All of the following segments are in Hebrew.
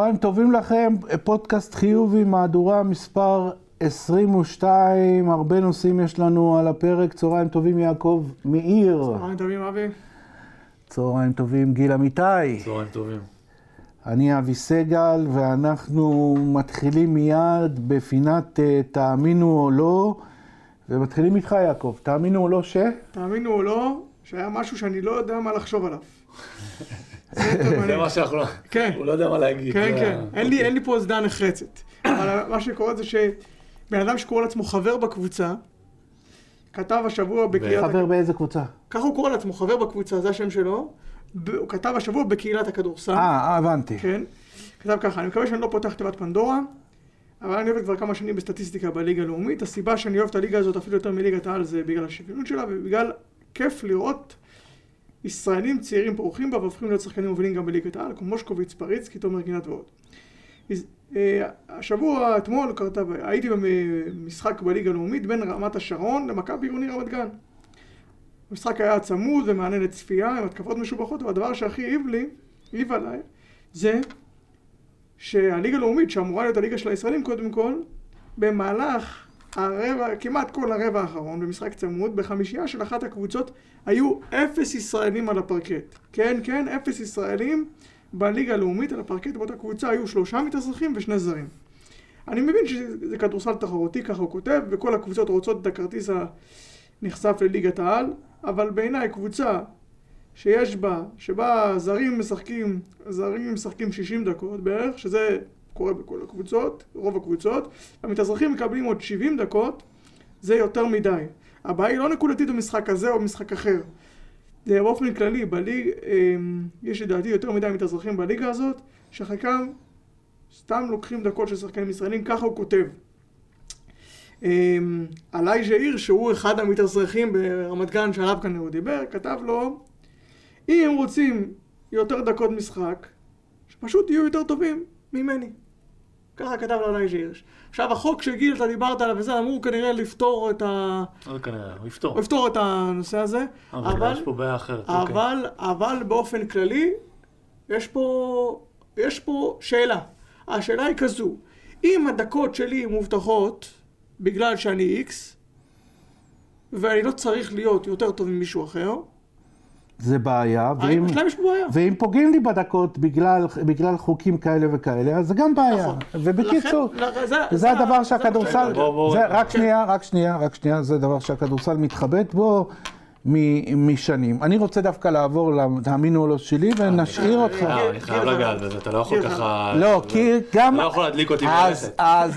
צהריים טובים לכם, פודקאסט חיובי, מהדורה מספר 22, הרבה נושאים יש לנו על הפרק. צהריים טובים יעקב מאיר. צהריים טובים אבי. צהריים טובים גיל אמיתי. צהריים טובים. אני אבי סגל, ואנחנו מתחילים מיד בפינת תאמינו או לא, ומתחילים איתך יעקב. תאמינו או לא ש? תאמינו או לא, שהיה משהו שאני לא יודע מה לחשוב עליו. זה מה שאנחנו... כן. הוא לא יודע מה להגיד. כן, כן. אין לי פה דעה נחרצת. אבל מה שקורה זה שבן אדם שקורא לעצמו חבר בקבוצה, כתב השבוע בקהילת... חבר באיזה קבוצה? ככה הוא קורא לעצמו, חבר בקבוצה, זה השם שלו. הוא כתב השבוע בקהילת הכדורסל. הבנתי. כן. כתב ככה, אני מקווה שאני לא פותח תיבת פנדורה, אבל אני אוהב כבר כמה שנים בסטטיסטיקה בליגה הלאומית. הסיבה שאני אוהב את הליגה הזאת אפילו יותר מליגת העל זה בגלל השוויוניות שלה, ובגלל כיף לראות ישראלים צעירים פורחים בה והופכים להיות שחקנים מובילים גם בליגת העל, כמו מושקוביץ, פריצקי, תומר גינת ועוד. השבוע, אתמול, הייתי במשחק בליגה הלאומית בין רמת השרון למכבי עירוני רמת גן. המשחק היה צמוד ומעניין לצפייה, עם התקפות משובחות, והדבר שהכי העיב עליי, זה שהליגה הלאומית, שאמורה להיות הליגה של הישראלים קודם כל, במהלך כמעט כל הרבע האחרון, במשחק צמוד, בחמישייה של אחת הקבוצות, היו 0 ישראלים על הפרקט. כן, כן, 0 ישראלים בליגה הלאומית על הפרקט. באותה קבוצה היו 3 מתאזרחים ו2 זרים. אני מבין שזה כדורסל תחרותי, ככה הוא כותב, וכל הקבוצות רוצות את הכרטיס הנחשף לליגת העל, אבל בעיניי קבוצה שבה זרים משחקים 60 דקות בערך, שזה קורה בכל הקבוצות, רוב הקבוצות, המתאזרחים מקבלים עוד 70 דקות, זה יותר מדי. הבעיה היא לא נקודתית במשחק הזה או במשחק אחר. זה באופן כללי, יש לדעתי יותר מדי מתאזרחים בליגה הזאת, שחלקם סתם לוקחים דקות של שחקנים ישראלים, ככה הוא כותב. אלייג'ה הירש, שהוא אחד המתאזרחים ברמת גן שעליו כאן הוא דיבר, כתב לו, אם רוצים יותר דקות משחק, שפשוט יהיו יותר טובים ממני. ככה כתב לו אלייג'ה הירש. עכשיו, החוק שגיל, אתה דיברת עליו וזה, אמור כנראה לפתור את הוא יפתור את הנושא הזה. אבל יש פה בעיה אחרת. אבל באופן כללי, יש פה שאלה. השאלה היא כזו, אם הדקות שלי מובטחות בגלל שאני X, ואני לא צריך להיות יותר טוב ממישהו אחר, זה בעיה, ואם פוגעים לי בדקות בגלל חוקים כאלה וכאלה, אז זה גם בעיה. ובקיצור, זה הדבר שהכדורסל, רק שנייה, זה דבר שהכדורסל מתחבט בו משנים. אני רוצה דווקא לעבור לתאמינו או לא שלי, ונשאיר אותך. אני חייב לגעת בזה, אתה לא יכול ככה... לא, כי גם... אתה לא יכול להדליק אותי מלכת.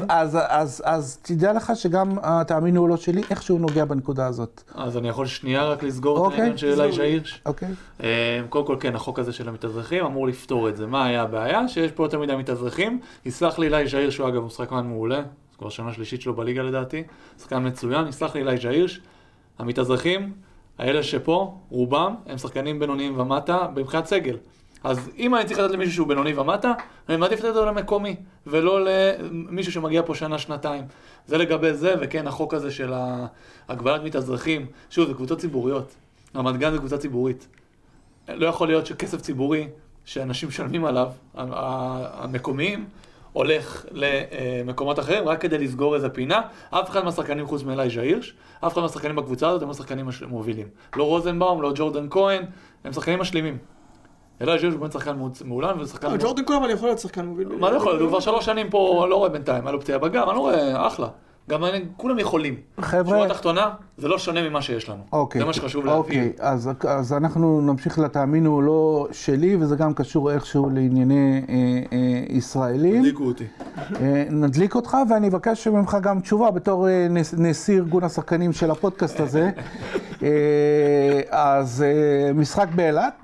אז תדע לך שגם התאמינו או לא שלי, איכשהו נוגע בנקודה הזאת. אז אני יכול שנייה רק לסגור את העניין של אלייג'ה הירש? אוקיי. קודם כל, כן, החוק הזה של המתאזרחים אמור לפתור את זה. מה היה הבעיה? שיש פה יותר מדי מתאזרחים. יסלח לי אלייג'ה הירש, שהוא אגב משחקן מעולה. זה כבר שנה שלישית שלו בליגה לדעתי. שחקן מצוין. יסלח לי אלייג'ה הירש. המתאזרחים, האלה שפה, רובם, הם שחקנים בינוניים ומטה מבחינת סגל. אז אם אני צריך לתת למישהו שהוא בינוני ומטה, אני מעדיף לתת אותו למקומי, ולא למישהו שמגיע פה שנה, שנתיים. זה לגבי זה, וכן, החוק הזה של הגבלת מתאזרחים, שוב, זה קבוצות ציבוריות. רמת גן זה קבוצה ציבורית. לא יכול להיות שכסף ציבורי, שאנשים משלמים עליו, המקומיים, הולך למקומות אחרים, רק כדי לסגור איזה פינה. אף אחד מהשחקנים חוץ מאלייג'ה הירש, אף אחד מהשחקנים בקבוצה הזאת הם השחקנים מובילים. לא רוזנבאום, לא ג'ורדן כהן, הם שחקנים משלימים. אלייג'ה הירש הוא באמת שחקן מעולן, ג'ורדן כהן אבל יכול להיות שחקן מוביל. מה לא יכול להיות? הוא כבר 3 שנים פה, לא רואה בינתיים, היה לו פציעה בגב, אני לא רואה, אחלה. גם כולם יכולים. שורה תחתונה, זה לא שונה ממה שיש לנו. זה מה שחשוב להביא. אוקיי, אז אנחנו נמשיך לתאמינו או לא שלי, וזה גם קשור איכשהו לענייני ישראלים. נדליקו אותי. נדליק אותך, ואני אבקש ממך גם תשובה בתור נשיא ארגון השחקנים של הפודקאסט הזה. אז משחק באילת,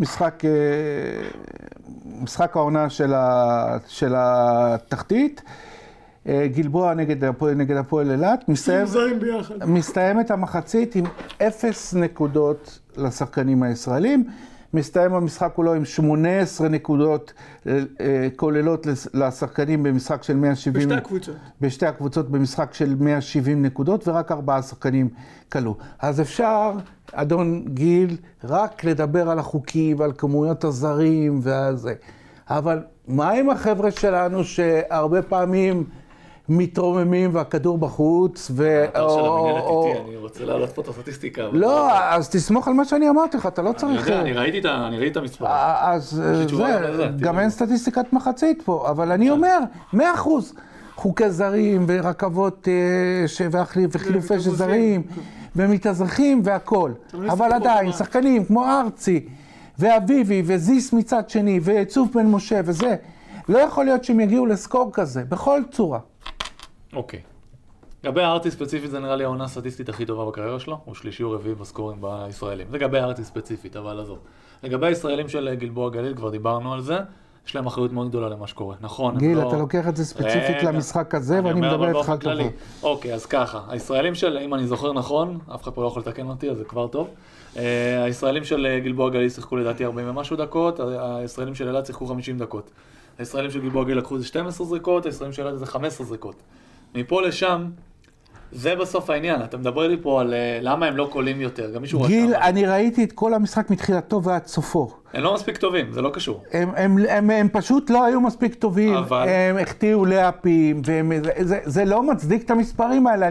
משחק העונה של התחתית. גלבוע נגד הפועל אילת, מסתיימת המחצית עם 0 נקודות לשחקנים הישראלים, מסתיים המשחק כולו עם 18 נקודות כוללות לשחקנים במשחק של 170... בשתי הקבוצות במשחק של 170 נקודות, ורק 4 שחקנים כלו. אז אפשר, אדון גיל, רק לדבר על החוקי ועל כמויות הזרים וזה. אבל מה עם החבר'ה שלנו שהרבה פעמים מתרוממים והכדור בחוץ אתה של המנהלת איתי, אני רוצה להעלות פה את הסטטיסטיקה. לא, אז תסמוך על מה שאני אמרתי לך, אתה לא צריך... אני ראיתי את המספר. אז זה, גם אין סטטיסטיקת מחצית פה, אבל אני אומר, 100%. חוקי זרים ורכבות וחילופי זרים ומתאזרחים והכל. אבל עדיין, שחקנים כמו ארצי ואביבי וזיס מצד שני וצוף בן משה וזה, לא יכול להיות שהם יגיעו לסקור כזה, בכל צורה. אוקיי. לגבי הארטי ספציפית זה נראה לי העונה הסטטיסטית הכי טובה בקריירה שלו, הוא שלישי או רביעי בסקורים בישראלים. זה לגבי הארטי ספציפית, אבל עזוב. לגבי הישראלים של גלבוע גליל, כבר דיברנו על זה, יש להם אחריות מאוד גדולה למה שקורה, נכון? גיל, אתה לוקח את זה ספציפית למשחק הזה, ואני מדבר איתך על טובה. אוקיי, אז ככה, הישראלים של, אם אני זוכר נכון, אף אחד פה לא יכול לתקן אותי, אז זה כבר טוב. הישראלים של גלבוע גליל שיחקו לדעתי 40 ומשהו דקות, הישראלים של אילת שיחקו 50 דקות. הישראלים של גלבוע גליל לקחו איזה 12 זריקות, הישראלים של אילת זה 15 זריקות. מפה לשם, זה בסוף העניין. אתה מדבר לי פה על למה הם לא קולים יותר. גם מישהו גיל, אני ראיתי את כל המשחק מתחילתו ועד סופו. הם לא מספיק טובים, זה לא קשור. הם פשוט לא היו מספיק טובים. הם החטיאו לאפים, זה לא מצדיק את המספרים האלה.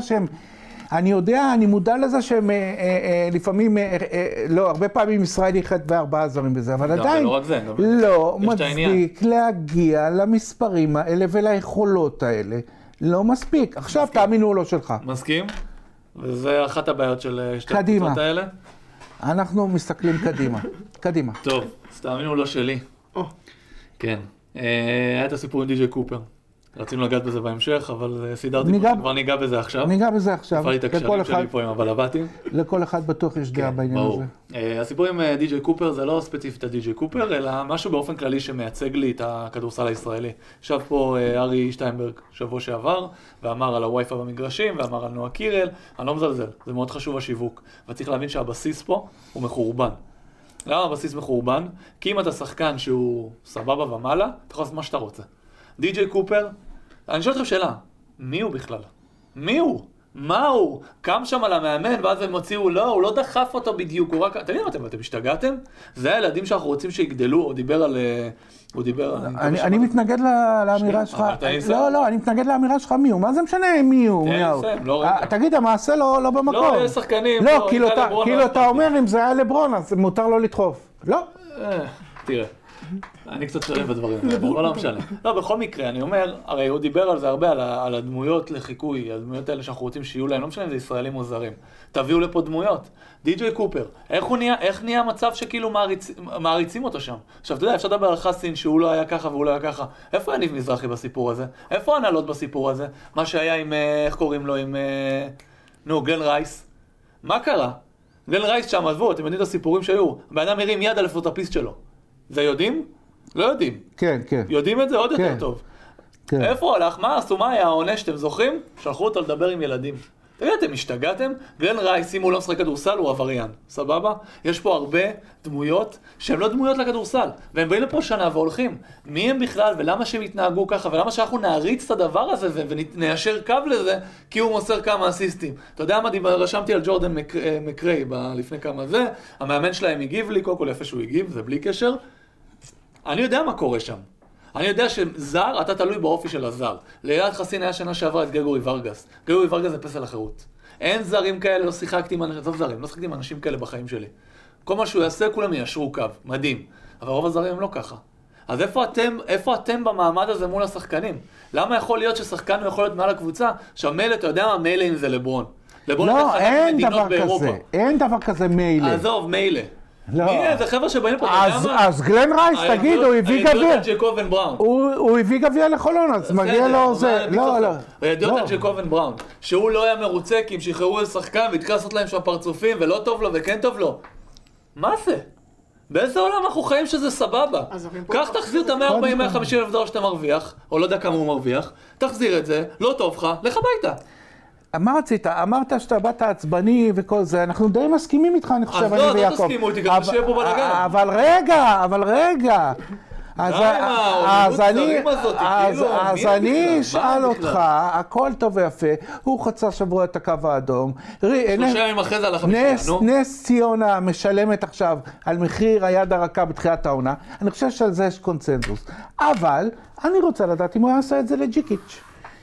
אני מודע לזה שהם לפעמים, לא, הרבה פעמים ישראל יחד ב4 זרים בזה, אבל עדיין לא מצדיק להגיע למספרים האלה וליכולות האלה. לא מספיק. עכשיו תאמינו לו שלך. מסכים? וזה אחת הבעיות של שתי הקבוצות האלה? אנחנו מסתכלים קדימה. קדימה. טוב, אז תאמינו לו שלי. כן. היה את הסיפור עם די.ג'יי קופר. רצינו לגעת בזה בהמשך, אבל סידרתי פה, כבר ניגע בזה עכשיו. ניגע בזה עכשיו. כבר התקשרים שלי פה עם הבלבטים. לכל אחד בטוח יש דעה בעניין הזה. הסיפור עם די.ג'יי קופר זה לא ספציפית די.ג'יי קופר, אלא משהו באופן כללי שמייצג לי את הכדורסל הישראלי. ישב פה ארי שטיינברג שבוע שעבר, ואמר על הווייפה במגרשים, ואמר על נועה קירל. אני לא מזלזל, זה מאוד חשוב השיווק. וצריך להבין שהבסיס פה הוא מחורבן. למה הבסיס מחורבן? כי אם אתה שחקן שהוא סבבה ומעלה, אתה יכול לעשות מה שאתה רוצה. די.ג'יי קופר, אני שואל אתכם שאלה, מי הוא בכלל? מי הוא? מה הוא? קם שם על המאמן ואז הם הוציאו, לא, הוא לא דחף אותו בדיוק, הוא רק... תגידו, אתם השתגעתם? זה הילדים שאנחנו רוצים שיגדלו, הוא דיבר על... אני מתנגד לאמירה שלך, לא, אני מתנגד לאמירה שלך מי הוא, מה זה משנה מי הוא? תגיד, המעשה לא במקום. לא, יש שחקנים, לא, כאילו אתה אומר, אם זה היה לברון, אז מותר לו לדחוף. לא. תראה. אני קצת שואל בדברים, אבל לא משנה. לא, בכל מקרה, אני אומר, הרי הוא דיבר על זה הרבה, על הדמויות לחיקוי, הדמויות האלה שאנחנו רוצים שיהיו להם, לא משנה אם זה ישראלים או זרים. תביאו לפה דמויות. די.ג'יי קופר, איך נהיה המצב שכאילו מעריצים אותו שם? עכשיו, אתה יודע, אפשר לדבר על חסין שהוא לא היה ככה והוא לא היה ככה. איפה יניב מזרחי בסיפור הזה? איפה הנהלות בסיפור הזה? מה שהיה עם, איך קוראים לו, עם, גלן רייס. מה קרה? גלן רייס שם, עזבו, אתם יודעים את הסיפורים שהיו. הבן הרים יד על הפוטאפיסט שלו. זה יודעים? לא יודעים. כן, כן. יודעים את זה עוד יותר טוב. כן. איפה הוא הלך? מה עשו? מה היה העונש? אתם זוכרים? שלחו אותו לדבר עם ילדים. תגיד, אתם השתגעתם? גלן רייס, אם הוא לא משחק כדורסל, הוא עבריין. סבבה? יש פה הרבה דמויות שהן לא דמויות לכדורסל. והם באים לפה שנה והולכים. מי הם בכלל ולמה שהם יתנהגו ככה? ולמה שאנחנו נעריץ את הדבר הזה וניישר קו לזה כי הוא מוסר כמה אסיסטים. אתה יודע מה? רשמתי על ג'ורדן מקריי לפני כמה זה. המאמן שלהם הגיב לי, כל יפה שהוא הגיב, זה בלי קשר. אני יודע מה קורה שם. אני יודע שזר, אתה תלוי באופי של הזר. ליד חסין היה שנה שעברה את גרגורי ורגס. גרגורי ורגס זה פסל החירות. אין זרים כאלה, לא שיחקתי עם אנשים כאלה בחיים שלי. כל מה שהוא יעשה, כולם ישרו קו. מדהים. אבל רוב הזרים הם לא ככה. אז איפה אתם במעמד הזה מול השחקנים? למה יכול להיות ששחקן יכול להיות מעל הקבוצה? עכשיו מילא, אתה יודע מה? מילא אם זה לברון. לא, אין דבר כזה. אין דבר כזה מילא. עזוב, מילא. מי זה חבר'ה שבאים לפה, אז גלן רייס, תגיד, הוא הביא גביע. הוא הביא גביע לחולון, אז מגיע לו זה. לא, לא. ידיעות על ג'קובן בראון, שהוא לא היה מרוצה כי הם שחררו איזה שחקן והתחיל לעשות להם שם פרצופים ולא טוב לו וכן טוב לו. מה זה? באיזה עולם אנחנו חיים שזה סבבה? כך תחזיר את $140,000-150,000 שאתה מרוויח, או לא יודע כמה הוא מרוויח, תחזיר את זה, לא טוב לך, לך הביתה. מה רצית? אמרת שאתה באת עצבני וכל זה, אנחנו די מסכימים איתך, אני חושב, אני ויעקב. אז לא תסכימו איתי, גם שיהיה פה בלגן. אבל רגע, אז אני אשאל אותך, הכל טוב ויפה, הוא חצה שבוע את הקו האדום. 3 ימים אחרי זה על החמישייה, נו. נס ציונה משלמת עכשיו על מחיר היד הרכה בתחילת העונה. אני חושב שעל זה יש קונצנזוס. אבל אני רוצה לדעת אם הוא יעשה את זה לג'יקיץ'.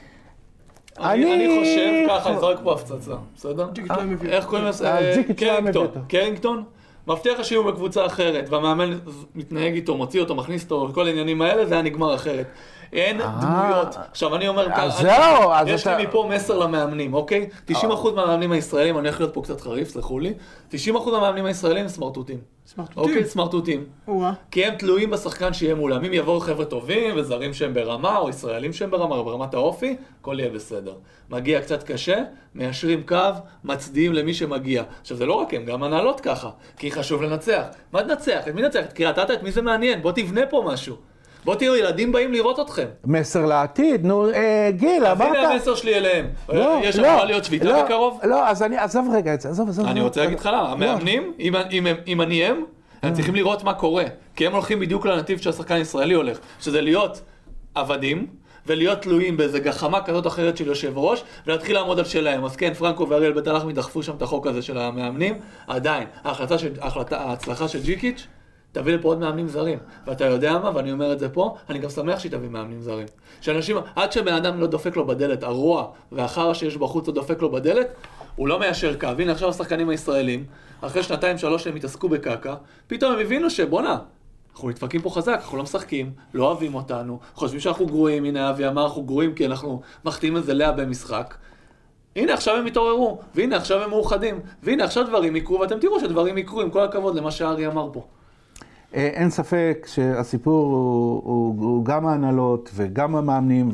אני חושב ככה, אני זורק פה הפצצה, בסדר? איך קוראים לזה? קרינגטון? מבטיח לך שהוא בקבוצה אחרת, והמאמן מתנהג איתו, מוציא אותו, מכניס אותו, כל העניינים האלה, זה היה נגמר אחרת. אין דמויות. עכשיו אני אומר, יש לי מפה מסר למאמנים, אוקיי? 90% מהמאמנים הישראלים, אני הולך להיות פה קצת חריף, סלחו לי, 90% מהמאמנים הישראלים סמרטוטים. אוקיי, סמרטוטים. כי הם תלויים בשחקן שיהיה מולם. אם יבואו חבר'ה טובים וזרים שהם ברמה, או ישראלים שהם ברמה, או ברמת האופי, הכל יהיה בסדר. מגיע קצת קשה, מיישרים קו, מצדיעים למי שמגיע. עכשיו זה לא רק הם, גם הנהלות ככה, כי חשוב לנצח. מה תנצח? את מי נצח? את קריית אתא? את מי זה מעניין? בוא תבנה פה משהו. בוא תראו, ילדים באים לראות אתכם. מסר לעתיד, נו, גיל, אמרת... אז הנה המסר שלי אליהם. יש אמורה להיות שביתה בקרוב? לא, אז אני, עזוב רגע את זה, עזוב. אני רוצה להגיד לך למה, המאמנים, אם אני הם צריכים לראות מה קורה. כי הם הולכים בדיוק לנתיב שהשחקן הישראלי הולך. שזה להיות עבדים, ולהיות תלויים באיזה גחמה כזאת אחרת של יושב ראש, ולהתחיל לעמוד על שלהם. אז כן, פרנקו ואריאל בית הלחמי דחפו שם את החוק הזה של המאמנים. עדיין, ההצלחה של ג'יקיץ' תביא לפה עוד מאמנים זרים. ואתה יודע מה, ואני אומר את זה פה, אני גם שמח שהיא תביא מאמנים זרים. שאנשים, עד שבן אדם לא דופק לו בדלת, הרוע והחרא שיש בחוץ לא דופק לו בדלת, הוא לא מיישר קו. הנה עכשיו השחקנים הישראלים, אחרי 2-3 הם התעסקו בקקה, פתאום הם הבינו שבונה, אנחנו נדפקים פה חזק, אנחנו לא משחקים, לא אוהבים אותנו, חושבים שאנחנו גרועים, הנה אבי אמר, אנחנו גרועים כי אנחנו מחתימים את זה לאה במשחק. הנה עכשיו הם התעוררו, והנה עכשיו הם מאוחדים, והנה עכשיו דברים יקרו, ואתם תראו שדברים יקרו עם כל הכבוד למה שארי אמר פה. אין ספק שהסיפור הוא גם ההנהלות וגם המאמנים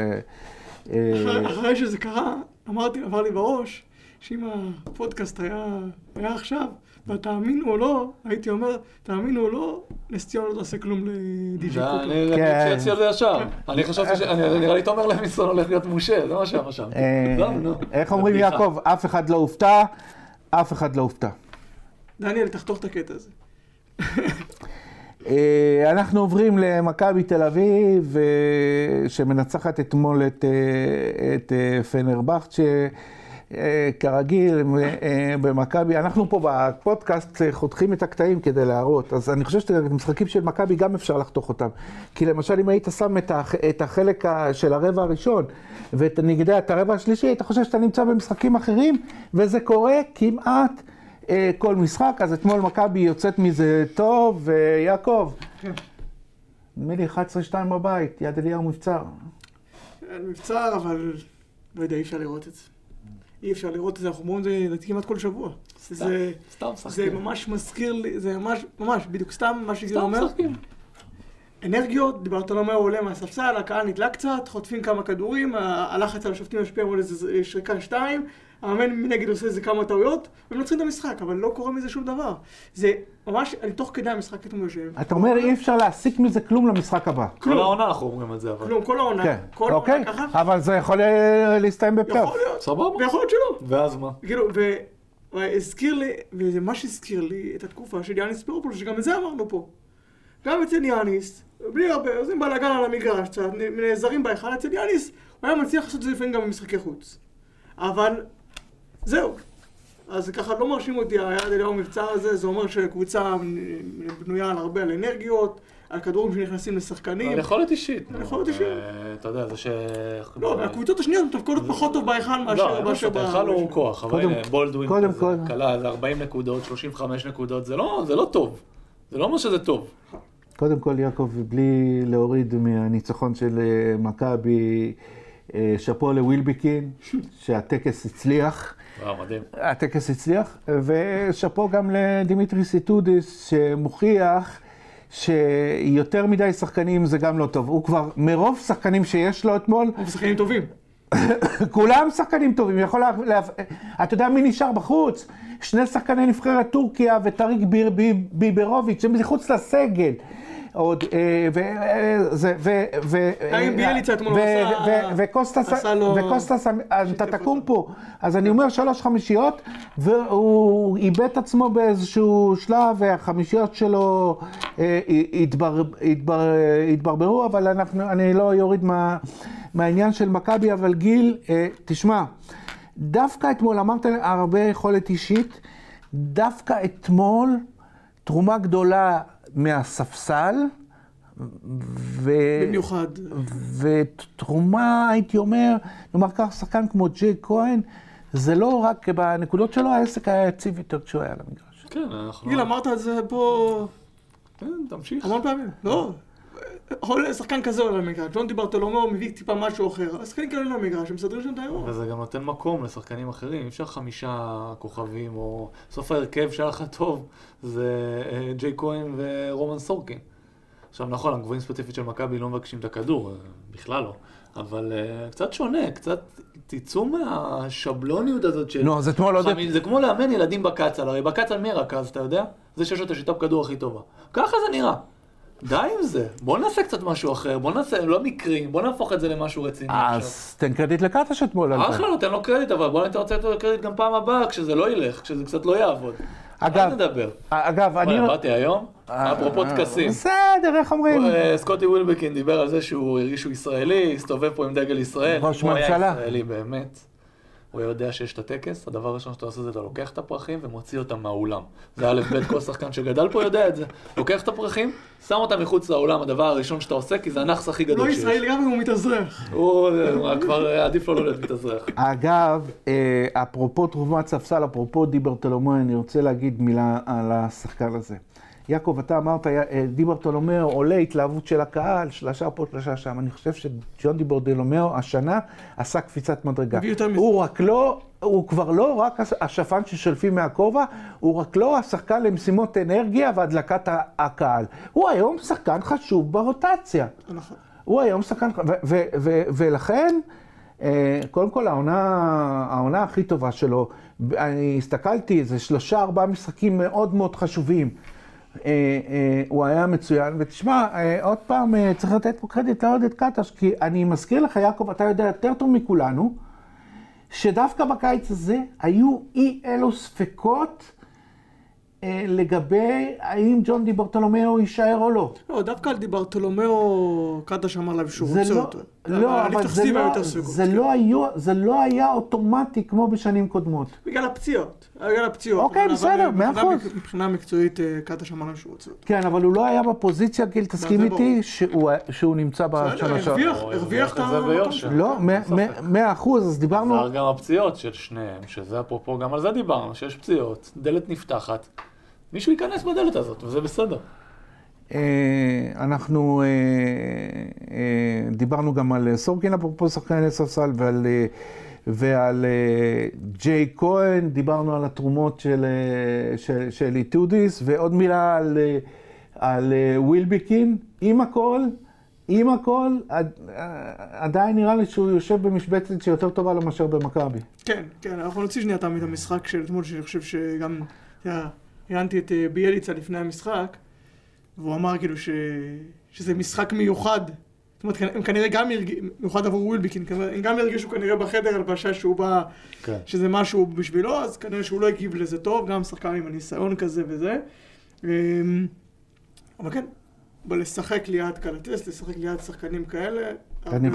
אחרי שזה קרה, עבר לי בראש, שאם הפודקאסט היה עכשיו, ותאמינו או לא, הייתי אומר, תאמינו או לא, נס ציונה לא תעשה כלום לדי.ג'יי קופר. אני חשבתי על זה ישר. אני חשבתי נראה לי תומר לוינסון הולך להיות מושה, זה מה שהיה שם. איך אומרים יעקב, אף אחד לא הופתע, אף אחד לא הופתע. דניאל, תחתוך את הקטע הזה. אנחנו עוברים למכבי תל אביב, שמנצחת אתמול את פנרבכצ'ה, כרגיל במכבי. אנחנו פה בפודקאסט חותכים את הקטעים כדי להראות, אז אני חושב שמשחקים של מכבי גם אפשר לחתוך אותם. כי למשל אם היית שם את החלק של הרבע הראשון ונגדי את הרבע השלישי, אתה חושב שאתה נמצא במשחקים אחרים, וזה קורה כמעט כל משחק. אז אתמול מכבי יוצאת מזה טוב, ויעקב, נדמה לי 11-2 בבית, יד אליהו מבצר. מבצר, אבל לא יודע, אי אפשר לראות את זה. אי אפשר לראות את זה, אנחנו אומרים את זה כמעט כל שבוע. זה ממש מזכיר לי, זה ממש, בדיוק סתם מה שגיל אומר. אנרגיות, דיברת לא מה עולה מהספסל, הקהל נתלה קצת, חוטפים כמה כדורים, הלחץ על השופטים משפיע מול איזה שריקה 2, המאמן מנגד עושה איזה כמה טעויות, ומנצחים את המשחק, אבל לא קורה מזה שום דבר. זה ממש, אני תוך כדי המשחק אתם יושב. אתה אומר, אי אפשר להסיק מזה כלום למשחק הבא. כל העונה אנחנו אומרים את זה, אבל. כלום, כל העונה. כל העונה ככה. אבל זה יכול להסתיים בפלייאוף. יכול להיות. סבבה. ויכול להיות שלא. ואז מה? כאילו, והזכיר לי, וזה מה שהזכיר לי את התקופה של יאניס פירופולוס, שגם את זה אמרנו פה. גם אצל יאניס, בלי הרבה, עושים בלגן על המגרש, נעזרים בהיכל, אצל יאניס, הוא היה מצליח לעשות את זה לפעמים גם במשחקי חוץ. אבל זהו. אז ככה לא מרשים אותי, היד אליהו מבצע הזה, זה אומר שקבוצה בנויה על הרבה על אנרגיות, על כדורים שנכנסים לשחקנים. על יכולת אישית. על יכולת אישית. אתה יודע, זה ש... לא, הקבוצות השניות מתפקדות פחות טוב בהיכל מאשר... לא, ההיכל הוא כוח, אבל הנה, בולדווין כזה, קלה, זה 40 נקודות, 35 נקודות, זה לא טוב. זה לא אומר שזה טוב. קודם כל, יעקב, בלי להוריד מהניצחון של מכבי, שאפו לווילבקין, שהטקס הצליח. מדהים. הטקס הצליח, ושאפו גם לדימיטרי סיטודיס, שמוכיח שיותר מדי שחקנים זה גם לא טוב. הוא כבר, מרוב שחקנים שיש לו אתמול... הם שחקנים טובים. כולם שחקנים טובים. יכול אתה יודע מי נשאר בחוץ? 2 שחקני נבחרת טורקיה וטריק ביברוביץ', הם מחוץ לסגל. עוד, וקוסטס, אתה תקום פה. אז אני אומר 3 חמישיות, והוא איבד את עצמו באיזשהו שלב, והחמישיות שלו התברברו, אבל אני לא יוריד מהעניין של מכבי, אבל גיל, תשמע, דווקא אתמול, אמרת הרבה יכולת אישית, דווקא אתמול, תרומה גדולה מהספסל, במיוחד. ותרומה, הייתי אומר, נאמר כך, שחקן כמו ג'יי כהן, זה לא רק בנקודות שלו, העסק היה יציב יותר כשהוא היה למגרש. כן, אנחנו... גיל, אמרת את זה פה... כן, תמשיך. המון פעמים. לא. שחקן כזה עולה למגרש, ג'ון דיברטולומיאו מביא טיפה משהו אחר, השחקנים כאלה למגרש, הם מסדרים שם את האירוע. וזה גם נותן מקום לשחקנים אחרים, אפשר 5 כוכבים, או סוף ההרכב שהיה לך טוב, זה ג'יי כהן ורומן סורקין. עכשיו נכון, הגבוהים ספציפית של מכבי לא מבקשים את הכדור, בכלל לא, אבל קצת שונה, קצת תצאו מהשבלוניות הזאת של... נו, זה כמו לא... זה כמו לאמן ילדים בקצל, הרי בקצל מי רכז, אתה יודע? זה שיש לו את השיטה בכדור הכי טובה. ככה זה נראה. די עם זה, בוא נעשה קצת משהו אחר, בוא נעשה, לא מקרים, בוא נהפוך את זה למשהו רציני עכשיו. אז תן קרדיט לקטש אתמול. אחלה, נותן לו קרדיט, אבל בוא נתן לו קרדיט גם פעם הבאה, כשזה לא ילך, כשזה קצת לא יעבוד. אגב, אני... באתי היום, אפרופו טקסים. בסדר, איך אומרים? סקוטי ווילבקין דיבר על זה שהוא הרגיש שהוא ישראלי, הסתובב פה עם דגל ישראל. ראש הוא היה ממשלה. ישראלי באמת. הוא יודע שיש את הטקס, הדבר הראשון שאתה עושה זה, אתה לוקח את הפרחים ומוציא אותם מהאולם. זה א' ב' כל שחקן שגדל פה יודע את זה. לוקח את הפרחים, שם אותם מחוץ לאולם, הדבר הראשון שאתה עושה, כי זה הנכס הכי גדול שיש. לא ישראלי גם הוא מתאזרח. הוא כבר עדיף לו לא להיות מתאזרח. אגב, אפרופו תרומת ספסל, אפרופו דיברטולומיאו, אני רוצה להגיד מילה על השחקן הזה. יעקב, אתה אמרת, דיברטולומיאו עולה התלהבות של הקהל, שלשה פה, שלשה שם. אני חושב שג'ון דיברטולומיאו השנה עשה קפיצת מדרגה. הוא כבר לא רק השפן ששלפים מהכובע, הוא רק לא השחקן למשימות אנרגיה והדלקת הקהל. הוא היום שחקן חשוב ברוטציה. נכון. הוא היום שחקן, ולכן, קודם כל העונה הכי טובה שלו, אני הסתכלתי, זה 3-4 משחקים מאוד מאוד חשובים. הוא היה מצוין, ותשמע, עוד פעם צריך לתת פה קרדיט לעודד קטש, כי אני מזכיר לך, יעקב, אתה יודע יותר טוב מכולנו, שדווקא בקיץ הזה היו אי אלו ספקות לגבי האם ג'ון דיברטולומיאו יישאר או לא. לא, דווקא על דיברטולומיאו קטש אמר לה שהוא רוצה אותו. לא, אבל זה לא היה אוטומטי כמו בשנים קודמות. בגלל הפציעות. אוקיי, בסדר, 100%. מבחינה מקצועית קטש אמר לה שהוא רוצה אותו. כן, אבל הוא לא היה בפוזיציה, גיל, תסכים איתי, שהוא נמצא בשנה שעה. הרוויח את המקום שלו. לא, 100%, אז דיברנו... זה גם הפציעות של שניהם, שזה אפרופו, גם על זה דיברנו, שיש פציעות, דלת נפתחת. מישהו ייכנס בדלת הזאת, וזה בסדר. אנחנו דיברנו גם על סורקין, אפרופו שחקני ספסל, ועל ג'יי כהן, דיברנו על התרומות של איטודיס, ועוד מילה על ווילבקין. עם הכל, עדיין נראה לי שהוא יושב במשבצת שיותר טובה לו מאשר במכבי. כן, אנחנו נוציא שנייה תמיד המשחק של אתמול, שאני חושב שגם... ראיינתי את ביאליצה לפני המשחק, והוא אמר כאילו שזה משחק מיוחד. זאת אומרת, הם כנראה גם מיוחד עבור ווילבקין, הם גם הרגישו כנראה בחדר הלבשה שהוא בא, שזה משהו בשבילו, אז כנראה שהוא לא הגיב לזה טוב, גם שחקן עם הניסיון כזה וזה. אבל כן, לשחק ליד קלטס, לשחק ליד שחקנים כאלה, אני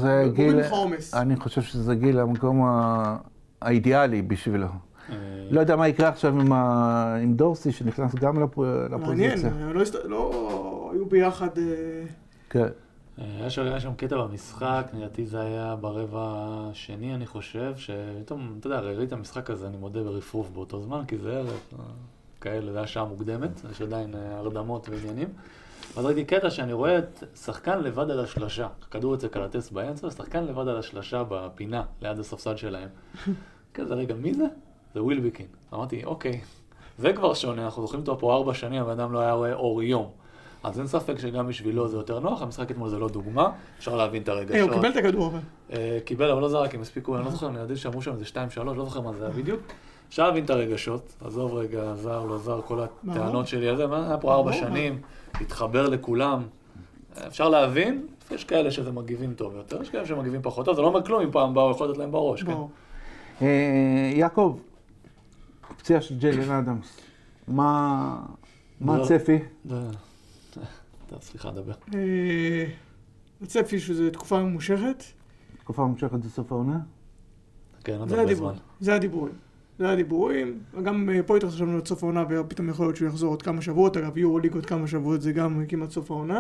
חושב שזה גיל המקום האידיאלי בשבילו. לא יודע מה יקרה עכשיו עם דורסי, שנכנס גם לפוזיציה. מעניין, לא היו ביחד... כן. היה שם קטע במשחק, נראיתי זה היה ברבע השני, אני חושב, שפתאום, אתה יודע, ראיתי את המשחק הזה, אני מודה ברפרוף באותו זמן, כי זה ערב, כאלה, זה היה שעה מוקדמת, יש עדיין הרדמות ועניינים. אז ראיתי קטע שאני רואה את שחקן לבד על השלשה, כדור אצל קלטס באמצע, ושחקן לבד על השלשה בפינה, ליד הספסל שלהם. כזה, רגע, מי זה? זה ווילבקין. אמרתי, אוקיי, זה כבר שונה, אנחנו זוכרים אותו פה 4 שנים, האדם לא היה רואה אור יום. אז אין ספק שגם בשבילו זה יותר נוח, המשחק אתמול זה לא דוגמה, אפשר להבין את הרגשות. הוא קיבל את הכדור אבל. קיבל, אבל לא זרק, הם הספיקו, אני לא זוכר, אני יודעים שאמרו שם זה 2-3, לא זוכר מה זה היה בדיוק. אפשר להבין את הרגשות, עזוב רגע, זר, לא זר, כל הטענות שלי על זה, היה פה 4 שנים, להתחבר לכולם. אפשר להבין, יש כאלה שזה מגיבים טוב יותר, יש כאלה שמגיבים פחות טוב, זה לא אומר כלום אם פעם באו יכול לתת להם בראש, כן? יעקב, פציעה של ג'יילן אדמס, מה הצפי? סליחה, דבר. הצפי שזו תקופה ממושכת. תקופה ממושכת זה סוף העונה? כן, עוד הרבה זמן. זה הדיבורים. גם פויטרס חשבנו את סוף העונה, ופתאום יכול להיות שהוא יחזור עוד כמה שבועות. אגב, יורוליג עוד כמה שבועות, זה גם כמעט סוף העונה.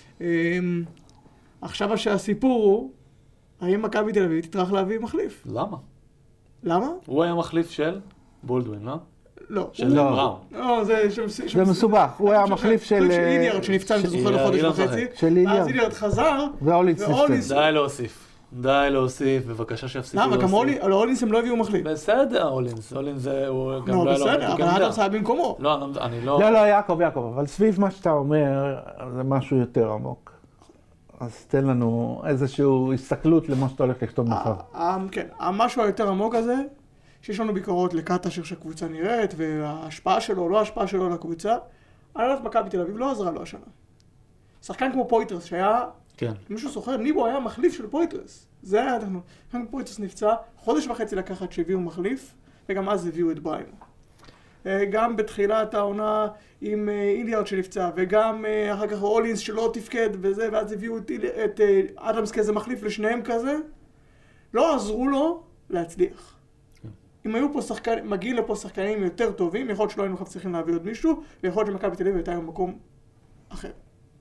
עכשיו שהסיפור הוא, האם מכבי תל אביב תטרח להביא מחליף? למה? הוא היה מחליף של בולדווין, לא? לא. של בראון. לא, זה מסובך. הוא היה מחליף של אידיארד שנפצע, אם אתה זוכר, לחודש וחצי. אז אידיארד חזר, ואולינס. די להוסיף, בבקשה שיפסיקו להוסיף. למה? גם אולינס הם לא הביאו מחליף. בסדר, אולינס הוא גם לא, בסדר, אבל אדמס היה במקומו. לא, אני לא... לא, יעקב, אבל סביב מה שאתה אומר, זה משהו יותר עמוק. אז תן לנו איזושהי הסתכלות למה שאתה הולך לכתוב מחר. כן, המשהו היותר עמוק הזה, שיש לנו ביקורות לקאטה שהקבוצה נראית, וההשפעה שלו, לא ההשפעה שלו לקבוצה, הנהלת מכבי תל אביב לא עזרה לו השנה. שחקן כמו פויטרס, שהיה, מישהו זוכר, ניבו היה מחליף של פויטרס. זה היה, שחקן כמו פויטרס נפצע, חודש וחצי לקחת שהביאו מחליף, וגם אז הביאו את בריימו. גם בתחילת העונה עם איליארד שנפצע, וגם אחר כך אולינס שלא תפקד וזה, ואז הביאו את אדמס כאיזה מחליף לשניהם כזה, לא עזרו לו להצליח. אם היו פה מגיעים לפה שחקנים יותר טובים, יכול להיות שלא היינו צריכים להביא עוד מישהו, ויכול להיות שמכבי תל אביב הייתה במקום אחר.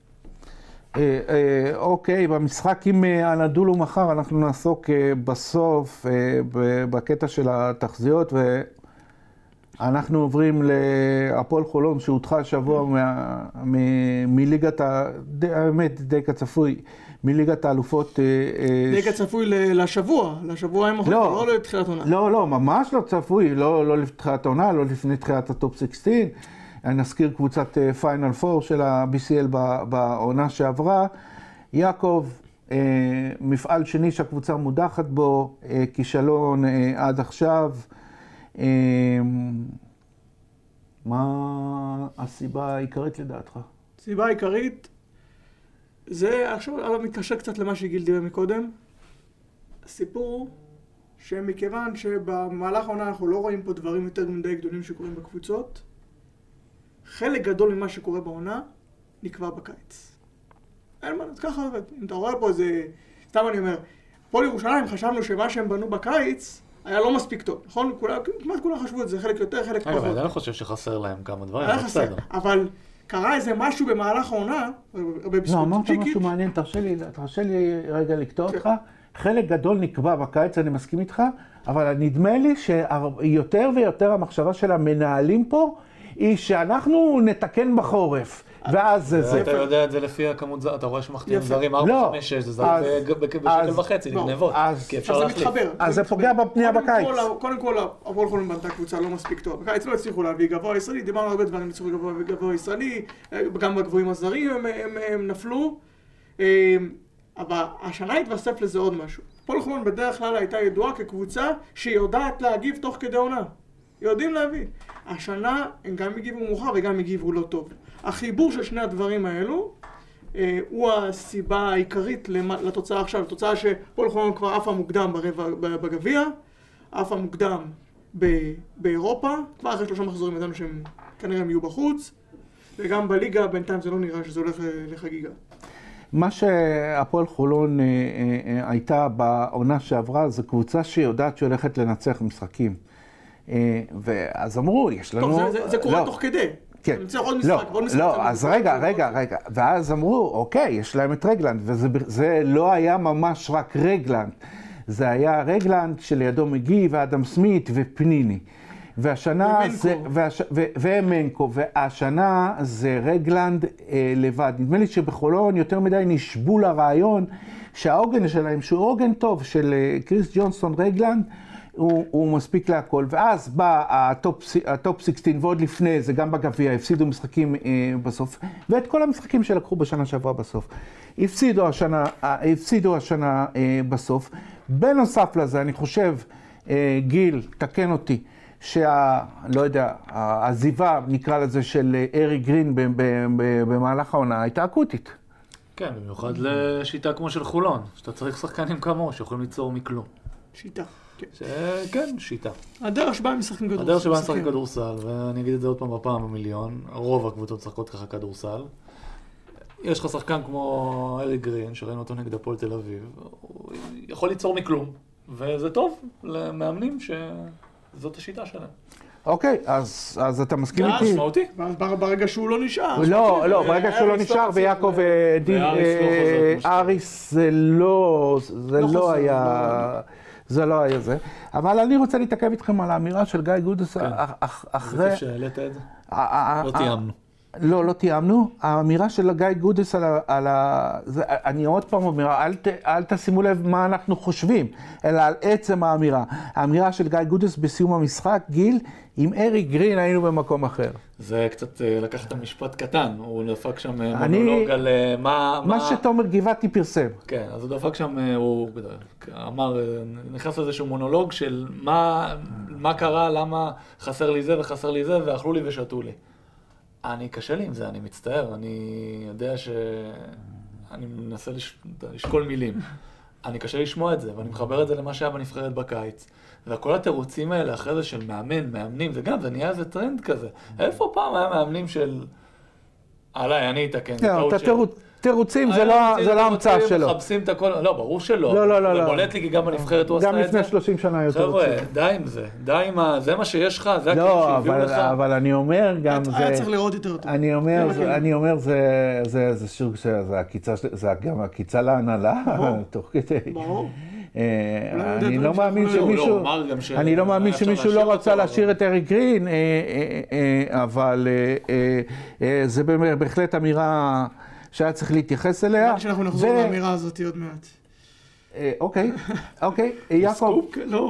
אוקיי, במשחק עם הנדולו מחר אנחנו נעסוק בסוף בקטע של התחזיות, ואנחנו עוברים להפועל חולון שהודחה השבוע מליגת, האמת די כצפוי, מליגת האלופות. די כצפוי לשבוע הם מחליפים, לא לתחילת עונה. לא, ממש לא צפוי, לא לתחילת עונה, לא לפני תחילת הטופ 16. נזכיר קבוצת פיינל 4 של ה-BCL בעונה שעברה. יעקב, מפעל שני שהקבוצה מודחת בו, כישלון עד עכשיו. מה הסיבה העיקרית לדעתך? הסיבה העיקרית, זה עכשיו מתקשר קצת למה שגיל דיבר מקודם. הסיפור שמכיוון שבמהלך העונה אנחנו לא רואים פה דברים יותר מדי גדולים שקורים בקבוצות, חלק גדול ממה שקורה בעונה נקבע בקיץ. אין מה, אז ככה עובד. אם אתה רואה פה איזה, סתם אני אומר, פה לירושלים חשבנו שמה שהם בנו בקיץ היה לא מספיק טוב, נכון? כמעט כולם חשבו את זה, חלק יותר, חלק פחות. אבל אני חושב שחסר להם כמה דברים, אבל בסדר. אבל קרה איזה משהו במהלך העונה, לא, אמרת משהו מעניין, תרשה לי רגע לקטוע אותך. חלק גדול נקבע בקיץ, אני מסכים איתך, אבל נדמה לי שיותר ויותר המחשבה של המנהלים פה, היא שאנחנו נתקן בחורף, ואז זה. אתה יודע את זה לפי הכמות זר, אתה רואה שמחתימים זרים 4, 5, 6, זה זר בשקל וחצי, לגנבות, כי אפשר להחליף. אז זה פוגע בפנייה בקיץ. קודם כל, הפועל חולון בנתה קבוצה לא מספיק טוב. בקיץ לא הצליחו להביא גבוה ישראלי, דיברנו הרבה דברים, הצליחו גבוה ישראלי, גם בגבוהים הזרים הם נפלו. אבל השנה התווסף לזה עוד משהו. הפועל חולון בדרך כלל הייתה ידועה כקבוצה שיודעת להגיב תוך כדי עונה. יודעים להביא. השנה הם גם הגיבו מאוחר וגם הגיבו לא טוב. החיבור של שני הדברים האלו הוא הסיבה העיקרית לתוצאה עכשיו. לתוצאה שפועל חולון כבר עפה מוקדם בגביע, עפה מוקדם באירופה, כבר אחרי 3 מחזורים ידענו שהם כנראה יהיו בחוץ, וגם בליגה בינתיים זה לא נראה שזה הולך לחגיגה. מה שהפועל חולון הייתה בעונה שעברה, זו קבוצה שיודעת שהולכת לנצח משחקים. ואז אמרו, יש לנו... טוב, זה קורה תוך כדי. כן. נצטרך עוד משחק, ועוד משחק. לא, אז רגע. ואז אמרו, אוקיי, יש להם את רגלנד, וזה לא היה ממש רק רגלנד. זה היה רגלנד שלידו מגי ואדם סמית ופניני. והשנה ומנקו, והשנה זה רגלנד לבד. נדמה לי שבחולון יותר מדי נשבו לרעיון שהעוגן שלהם, שהוא עוגן טוב של קריס ג'ונסון רגלנד, הוא מספיק להכל. ואז בא הטופ 16 ועוד לפני זה, גם בגביע, הפסידו משחקים בסוף, ואת כל המשחקים שלקחו בשנה שעברה בסוף. הפסידו השנה בסוף. בנוסף לזה, אני חושב, גיל, תקן אותי, לא יודע, העזיבה, נקרא לזה, של ארי גרין במהלך העונה הייתה אקוטית. כן, במיוחד לשיטה כמו של חולון, שאתה צריך שחקנים כמוהו שיכולים ליצור מכלום. שיטה. כן, שיטה. הדרך שבה הם משחקים כדורסל. הדרך שבה הם משחקים כדורסל, ואני אגיד את זה עוד פעם בפעם במיליון, רוב הקבוצות משחקות ככה כדורסל. יש לך שחקן כמו ארי גרין, שראינו אותו נגד הפועל תל אביב, הוא יכול ליצור מכלום, וזה טוב למאמנים שזאת השיטה שלהם. אוקיי, אז אתה מסכים איתי? משמעותי. ברגע שהוא לא נשאר. לא, ברגע שהוא לא נשאר, ויעקב אריס זה לא היה... זה לא היה זה. אבל אני רוצה להתעכב איתכם על האמירה של גיא גודס אחרי... אני חושב שהעלית את זה? לא תיאמנו. לא תיאמנו. האמירה של גיא גודס על אני עוד פעם אומר, אל תשימו לב מה אנחנו חושבים, אלא על עצם האמירה. האמירה של גיא גודס בסיום המשחק, גיל, עם ארי גרין היינו במקום אחר. זה קצת לקחת משפט קטן, הוא דפק שם מונולוג על מה שתומר גבעתי פרסם. כן, אז הוא דפק שם, הוא אמר, נכנס לאיזשהו מונולוג של מה קרה, למה חסר לי זה וחסר לי זה, ואכלו לי ושתו לי. אני קשה לי עם זה, אני מצטער, אני יודע אני מנסה לשקול מילים. אני קשה לשמוע את זה, ואני מחבר את זה למה שהיה בנבחרת בקיץ. וכל התירוצים האלה אחרי זה של מאמנים, וגם זה נהיה איזה טרנד כזה. איפה פעם היה מאמנים של... עליי, אני אתקן. תירוצים זה לא המצאה שלו. מחפשים את הכל, לא, ברור שלא. לא. זה בולט לי כי גם בנבחרת הוא עשה את זה. גם לפני 30 שנה יותר חבר'ה, די עם זה. די עם זה מה שיש לך, זה הכלים שהביאו לך. לא, אבל אני אומר גם זה... היה צריך לראות יותר טוב. אני אומר זה סוג זה גם הקיצה להנהלה, תוך כדי. ברור. אני לא מאמין שמישהו לא רצה להשאיר את ארי גרין, אבל זה בהחלט אמירה שהיה צריך להתייחס אליה. נראה שאנחנו נחזור לאמירה הזאת עוד מעט. אוקיי, יעקב.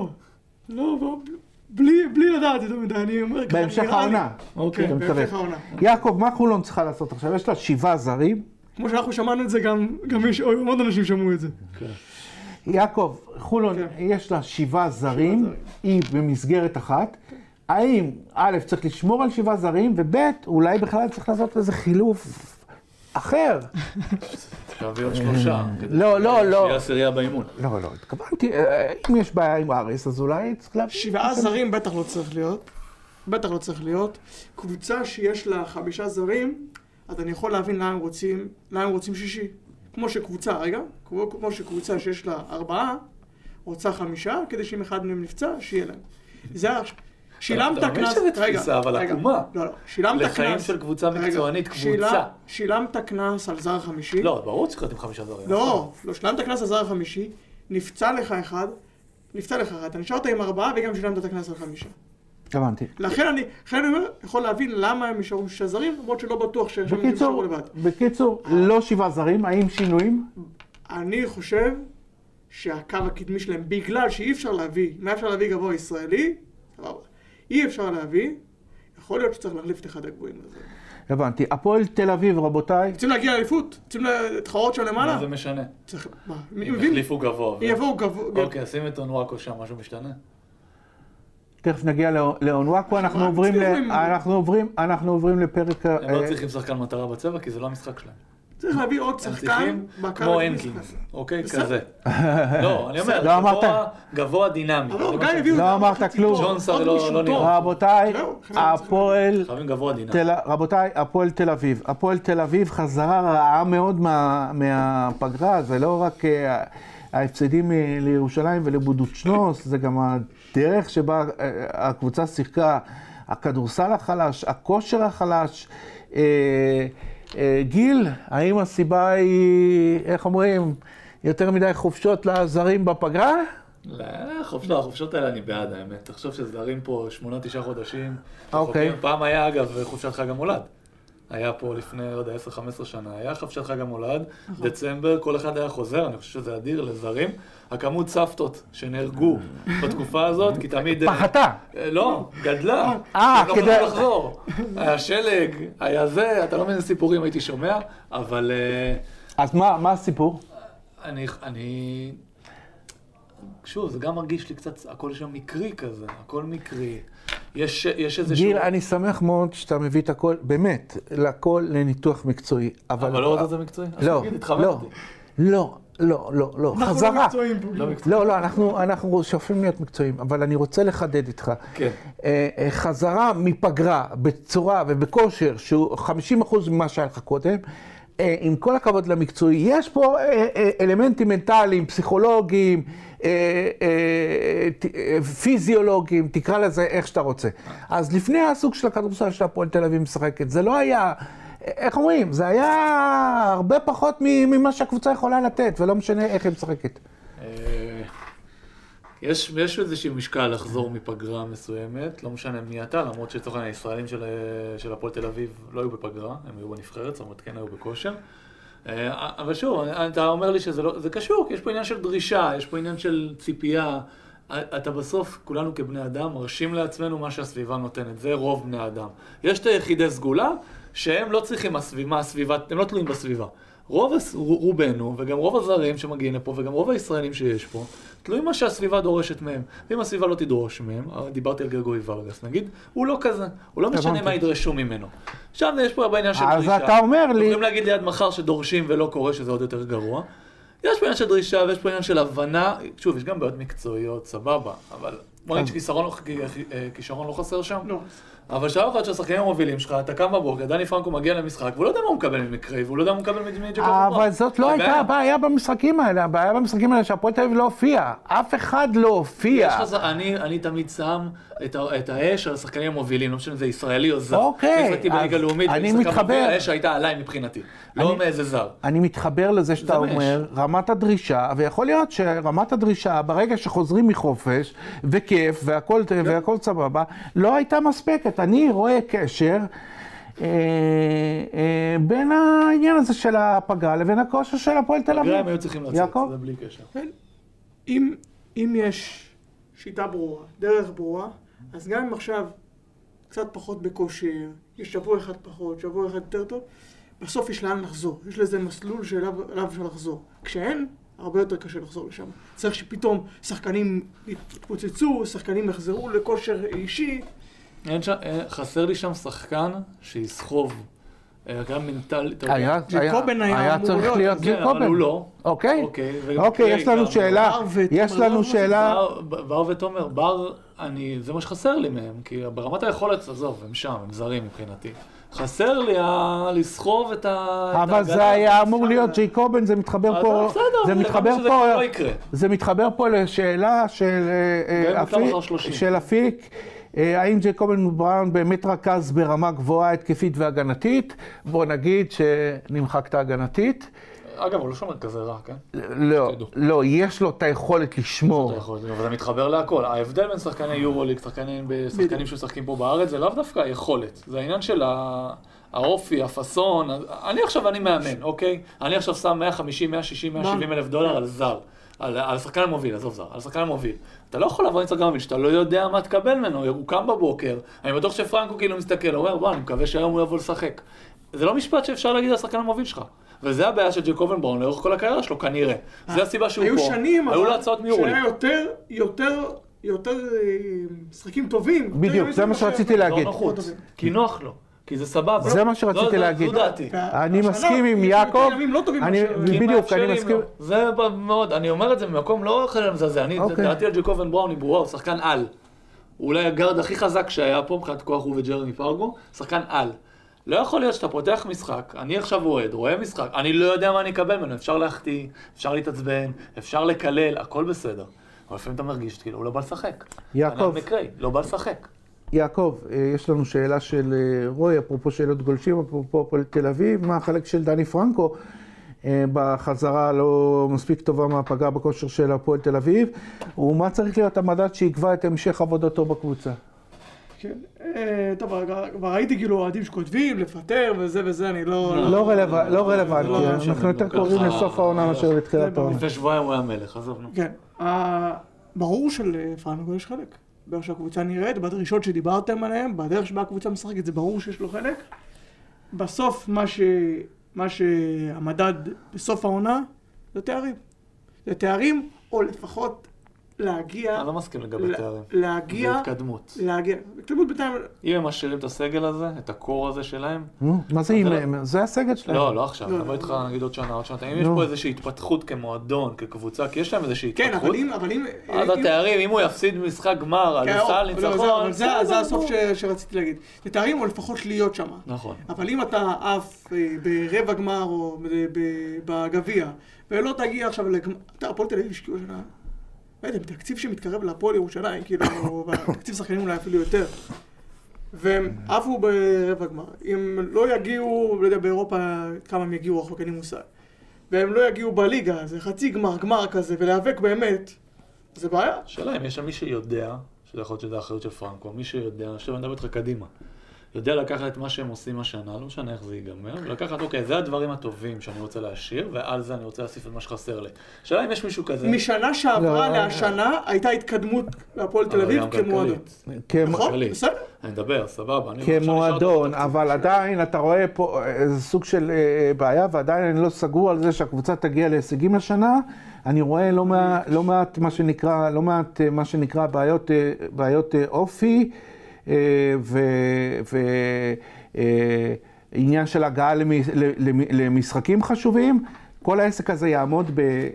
לא, בלי לדעת יותר מדי, אני אומר ככה. בהמשך העונה. אוקיי, בהמשך העונה. יעקב, מה חולון צריכה לעשות עכשיו? יש לה 7 זרים. כמו שאנחנו שמענו את זה, גם יש עוד אנשים שמעו את זה. יעקב, חולון, יש לה 7 זרים, היא במסגרת אחת. האם, א', צריך לשמור על 7 זרים, וב', אולי בכלל צריך לעשות איזה חילוף אחר. צריך להביא עוד 3. לא. שיהיה עשירייה באימון. לא, התכוונתי, אם יש בעיה עם אריס, אז אולי צריך להביא... 7 זרים בטח לא צריך להיות. קבוצה שיש לה 5 זרים, אז אני יכול להבין למה הם רוצים 6. כמו שקבוצה שיש לה 4, רוצה 5, כדי שאם אחד מהם נפצע, שיהיה להם. זה שילמת קנס... אתה מבין שזה תפיסה, אבל עקומה. לא, שילמת קנס... לחיים של קבוצה מקצוענית, קבוצה. שילמת קנס על זר חמישי. לא, ברור צריך להיות עם 5 זרים. לא, שילמת קנס על זר חמישי, נפצע לך אחד, אתה נשארת עם 4 וגם שילמת את הקנס על 5. הבנתי. לכן אני יכול להבין למה הם נשארו עם 6 זרים, למרות שלא בטוח שהם נשארו לבד. בקיצור, לא 7 זרים, האם שינויים? אני חושב שהקו הקדמי שלהם, בגלל שאי אפשר להביא, מה אפשר להביא גבוה ישראלי? אי אפשר להביא, יכול להיות שצריך להחליף את אחד הגבוהים הזה. הבנתי. הפועל תל אביב, רבותיי. רוצים להגיע לאליפות? רוצים להתחרות שם למעלה? מה זה משנה? אם יחליפו גבוה. יבואו גבוה. אוקיי, שים את אונוואקו שם, משהו משתנה? תכף נגיע לאונוואקו, אנחנו עוברים לפרק... הם לא צריכים שחקן מטרה בצבע, כי זה לא המשחק שלהם. צריך להביא עוד שחקן כמו הנקינס, אוקיי? כזה. לא, אני אומר, גבוה דינמי. לא אמרת כלום. ג'ונסר לא נראה. רבותיי, הפועל תל אביב. הפועל תל אביב חזרה רעה מאוד מהפגרה, זה לא רק ההפסדים לירושלים ולבודוצ'נוס, זה גם הדרך שבה הקבוצה שיחקה, הכדורסל החלש, הכושר החלש. גיל, האם הסיבה היא, איך אומרים, יותר מדי חופשות לזרים בפגרה? לא, החופשות האלה אני בעד האמת. תחשוב שזרים פה 8-9 חודשים. אוקיי. פעם היה אגב חופשת חג המולד. היה פה לפני, לא יודע, 10-15 שנה, היה חופשת חג המולד, דצמבר, כל אחד היה חוזר, אני חושב שזה אדיר לזרים. הכמות סבתות שנהרגו בתקופה הזאת, כי תמיד... פחתה. לא, גדלה. הם לא יכולים לחזור. היה שלג, היה זה, אתה לא מבין סיפורים, הייתי שומע, אבל... אז מה הסיפור? שוב, זה גם מרגיש לי קצת, הכל שם מקרי כזה, הכל מקרי. יש איזשהו... גיל, אני שמח מאוד שאתה מביא את הכל, באמת, לכל לניתוח מקצועי. אבל לא זה מקצועי? לא, חזרה. אנחנו שואפים להיות מקצועיים, אבל אני רוצה לחדד איתך. כן. חזרה מפגרה בצורה ובכושר, שהוא 50% ממה שהיה לך קודם, עם כל הכבוד למקצועי, יש פה אלמנטים מנטליים, פסיכולוגיים, פיזיולוגיים, תקרא לזה איך שאתה רוצה. אז לפני הסוג של הכדורסל של הפועל תל אביב משחקת, זה לא היה, איך אומרים, זה היה הרבה פחות ממה שהקבוצה יכולה לתת, ולא משנה איך היא משחקת. יש איזושהי משקל לחזור מפגרה מסוימת, לא משנה מי אתה, למרות שצורכן הישראלים של הפועל תל אביב לא היו בפגרה, הם היו בנבחרת, זאת אומרת כן היו בכושר. אבל שוב, אתה אומר לי שזה קשור, כי יש פה עניין של דרישה, יש פה עניין של ציפייה. אתה בסוף, כולנו כבני אדם, מרשים לעצמנו מה שהסביבה נותנת, זה רוב בני אדם. יש את היחידי סגולה, שהם לא צריכים הסביבה, הם לא תלויים בסביבה. רובנו, וגם רוב הזרים שמגיעים לפה, וגם רוב הישראלים שיש פה, תלויים מה שהסביבה דורשת מהם. ואם הסביבה לא תדרוש מהם, דיברתי על גרגורי ורגס, נגיד, הוא לא כזה, הוא לא משנה מה ידרשו ממנו. עכשיו יש פה הרבה עניין של דרישה. אז אתה אומר לי... יכולים להגיד ליד מחר שדורשים ולא קורה, שזה עוד יותר גרוע. יש פה עניין של דרישה ויש פה עניין של הבנה. שוב, יש גם בעיות מקצועיות, סבבה, אבל בוא נגיד שכישרון לא חסר שם. לא. אבל שעה אחת שהשחקנים המובילים שלך, אתה קם בבוקר, דני פרנקו מגיע למשחק, והוא לא יודע מה הוא מקבל ממקרי, והוא לא יודע מה הוא מקבל מג'קוב ברון. אבל זאת לא הייתה הבעיה במשחקים האלה, הבעיה במשחקים האלה שהפועל תל אביב לא הופיע. אף אחד לא הופיע. אני תמיד שם את האש על השחקנים המובילים, לא משנה אם זה ישראלי או זר. אוקיי, אני מתחבר. האש הייתה עליי מבחינתי, לא מאיזה זר. אני מתחבר לזה שאתה אומר, רמת הדרישה, ויכול להיות שרמת הדרישה, ברגע שחוזרים מחופש, וכיף, והכל סבבה, לא הייתה מספקת. אני רואה קשר בין העניין הזה של הפגרה לבין הכושר של הפועל תל אביב. פגרה הם היו צריכים לצאת, זה בלי קשר. אם יש שיטה ברורה, דרך ברורה, אז גם אם עכשיו קצת פחות בכושר, יש שבוע אחד פחות, שבוע אחד יותר טוב, בסוף יש לאן לחזור. יש לזה מסלול שאליו אפשר לחזור. כשאין, הרבה יותר קשה לחזור לשם. צריך שפתאום שחקנים יתפוצצו, שחקנים יחזרו לכושר אישי. חסר לי שם שחקן שיסחוב, גם מנטלי. ג'קובן היה אמור צריך להיות ג'קובן. אבל הוא לא. אוקיי, יש לנו שאלה. בר ותומר, זה מה שחסר לי מהם, כי ברמת היכולת, עזוב, הם שם, הם זרים מבחינתי. חסר לי לסחוב את ההגנה. אבל זה היה אמור להיות ג'קובן, זה מתחבר פה, זה מתחבר פה לשאלה של אפיק. האם ג'קובן בראון באמת רכז ברמה גבוהה התקפית והגנתית? בוא נגיד שנמחקת הגנתית. אגב, הוא לא שומר כזה רע, כן? לא, יש לו את היכולת לשמור. וזה מתחבר להכל. ההבדל בין שחקני יורוליג, שחקנים שמשחקים פה בארץ, זה לאו דווקא היכולת. זה העניין של האופי, הפסון. אני מאמן, אוקיי? אני עכשיו שם 150, 160, 170 אלף דולר על זר. על שחקן המוביל, עזוב זר, על שחקן המוביל. אתה לא יכול לעבור אינסטגרם המוביל, שאתה לא יודע מה תקבל ממנו, הוא קם בבוקר, אני בטוח שפרנקו כאילו מסתכל, אומר, בוא, אני מקווה שהיום הוא יבוא לשחק. זה לא משפט שאפשר להגיד על שחקן המוביל שלך. וזה הבעיה של ג'קובן בראון לאורך כל הקריירה שלו, כנראה. זה הסיבה שהוא פה. היו שנים, היו להצעות מיורוליג. שהיה יותר משחקים טובים. בדיוק, זה מה שרציתי להגיד. כי נוח לו. כי זה סבבה. זה מה שרציתי להגיד. אני מסכים עם יעקב. בדיוק, אני מסכים. זה מאוד, אני אומר את זה ממקום לא חלם זה. אני דעתי על ג'קובן בראון, היא ברורה, הוא שחקן על. הוא אולי הגארד הכי חזק שהיה פה, מבחינת כוח הוא וג'רמי פרגו, שחקן על. לא יכול להיות שאתה פותח משחק, אני עכשיו אוהד, רואה משחק, אני לא יודע מה אני אקבל ממנו, אפשר להחטיא, אפשר להתעצבן, אפשר לקלל, הכל בסדר. אבל לפעמים אתה מרגיש כאילו, הוא לא בא לשחק. יעקב. לא בא לשחק. יעקב, יש לנו שאלה של רוי, אפרופו שאלות גולשים, אפרופו הפועל תל אביב, מה החלק של דני פרנקו בחזרה לא מספיק טובה מהפגרה בכושר של הפועל תל אביב, ומה צריך להיות המדד שיקבע את המשך עבודתו בקבוצה? כן, טוב, כבר ראיתי כאילו אוהדים שכותבים, לפטר וזה, אני לא רלוונטי, אנחנו יותר קוראים לסוף העונה מאשר לתחילת העונה. לפני שבועיים הוא היה מלך, עזובנו. כן, ברור של פרנקו יש חלק. באיך שהקבוצה נראית, בדרישות שדיברתם עליהן, בדרך שבה הקבוצה משחקת, זה ברור שיש לו חלק. בסוף, מה שהמדד בסוף העונה, זה תארים. זה תארים, או לפחות להגיע... אני לא מסכים לגבי תארים. להגיע... זה התקדמות. התקדמות בינתיים... אם הם משאירים את הסגל הזה, את הקור הזה שלהם... מה זה אם? זה הסגל שלהם. לא עכשיו. אני אבוא איתך נגיד עוד שנה, עוד שנתיים. אם יש פה איזושהי התפתחות כמועדון, כקבוצה, כי יש להם איזושהי התפתחות. כן, אבל אם... אז התארים, אם הוא יפסיד משחק גמר, על סל ניצחון... זה הסוף שרציתי להגיד. התארים או לפחות להיות שם. נכון. אבל אם אתה עף ברבע גמר או בגביע, ולא תגיע עכשיו לגמר... הפועל תל אביב השקיעו שנה. בתקציב שמתקרב להפועל ירושלים, כאילו, בתקציב שחקנים אולי אפילו יותר. והם עפו ברבע גמר. אם לא יגיעו, לא יודע, באירופה כמה הם יגיעו רחוק, אין לי מושג. והם לא יגיעו בליגה, זה חצי גמר כזה, ולהיאבק באמת, זה בעיה. שאלה אם יש שם מי שיודע, שזה יכול להיות שזה האחריות של פרנקו, מי שיודע, עכשיו אני מדבר איתך קדימה. יודע לקחת את מה שהם עושים השנה, לא משנה איך זה ייגמר, ולקחת, אוקיי, זה הדברים הטובים שאני רוצה להשאיר, ועל זה אני רוצה להוסיף את מה שחסר לי. שאלה אם יש מישהו כזה... משנה שעברה להשנה הייתה התקדמות להפועל תל אביב כמועדון. נכון? בסדר? אני מדבר, סבבה. כמועדון, אבל עדיין אתה רואה פה איזה סוג של בעיה, ועדיין אני לא סגור על זה שהקבוצה תגיע להישגים השנה. אני רואה לא מעט מה שנקרא בעיות אופי, ועניין של הגעה למשחקים חשובים, כל העסק הזה יעמוד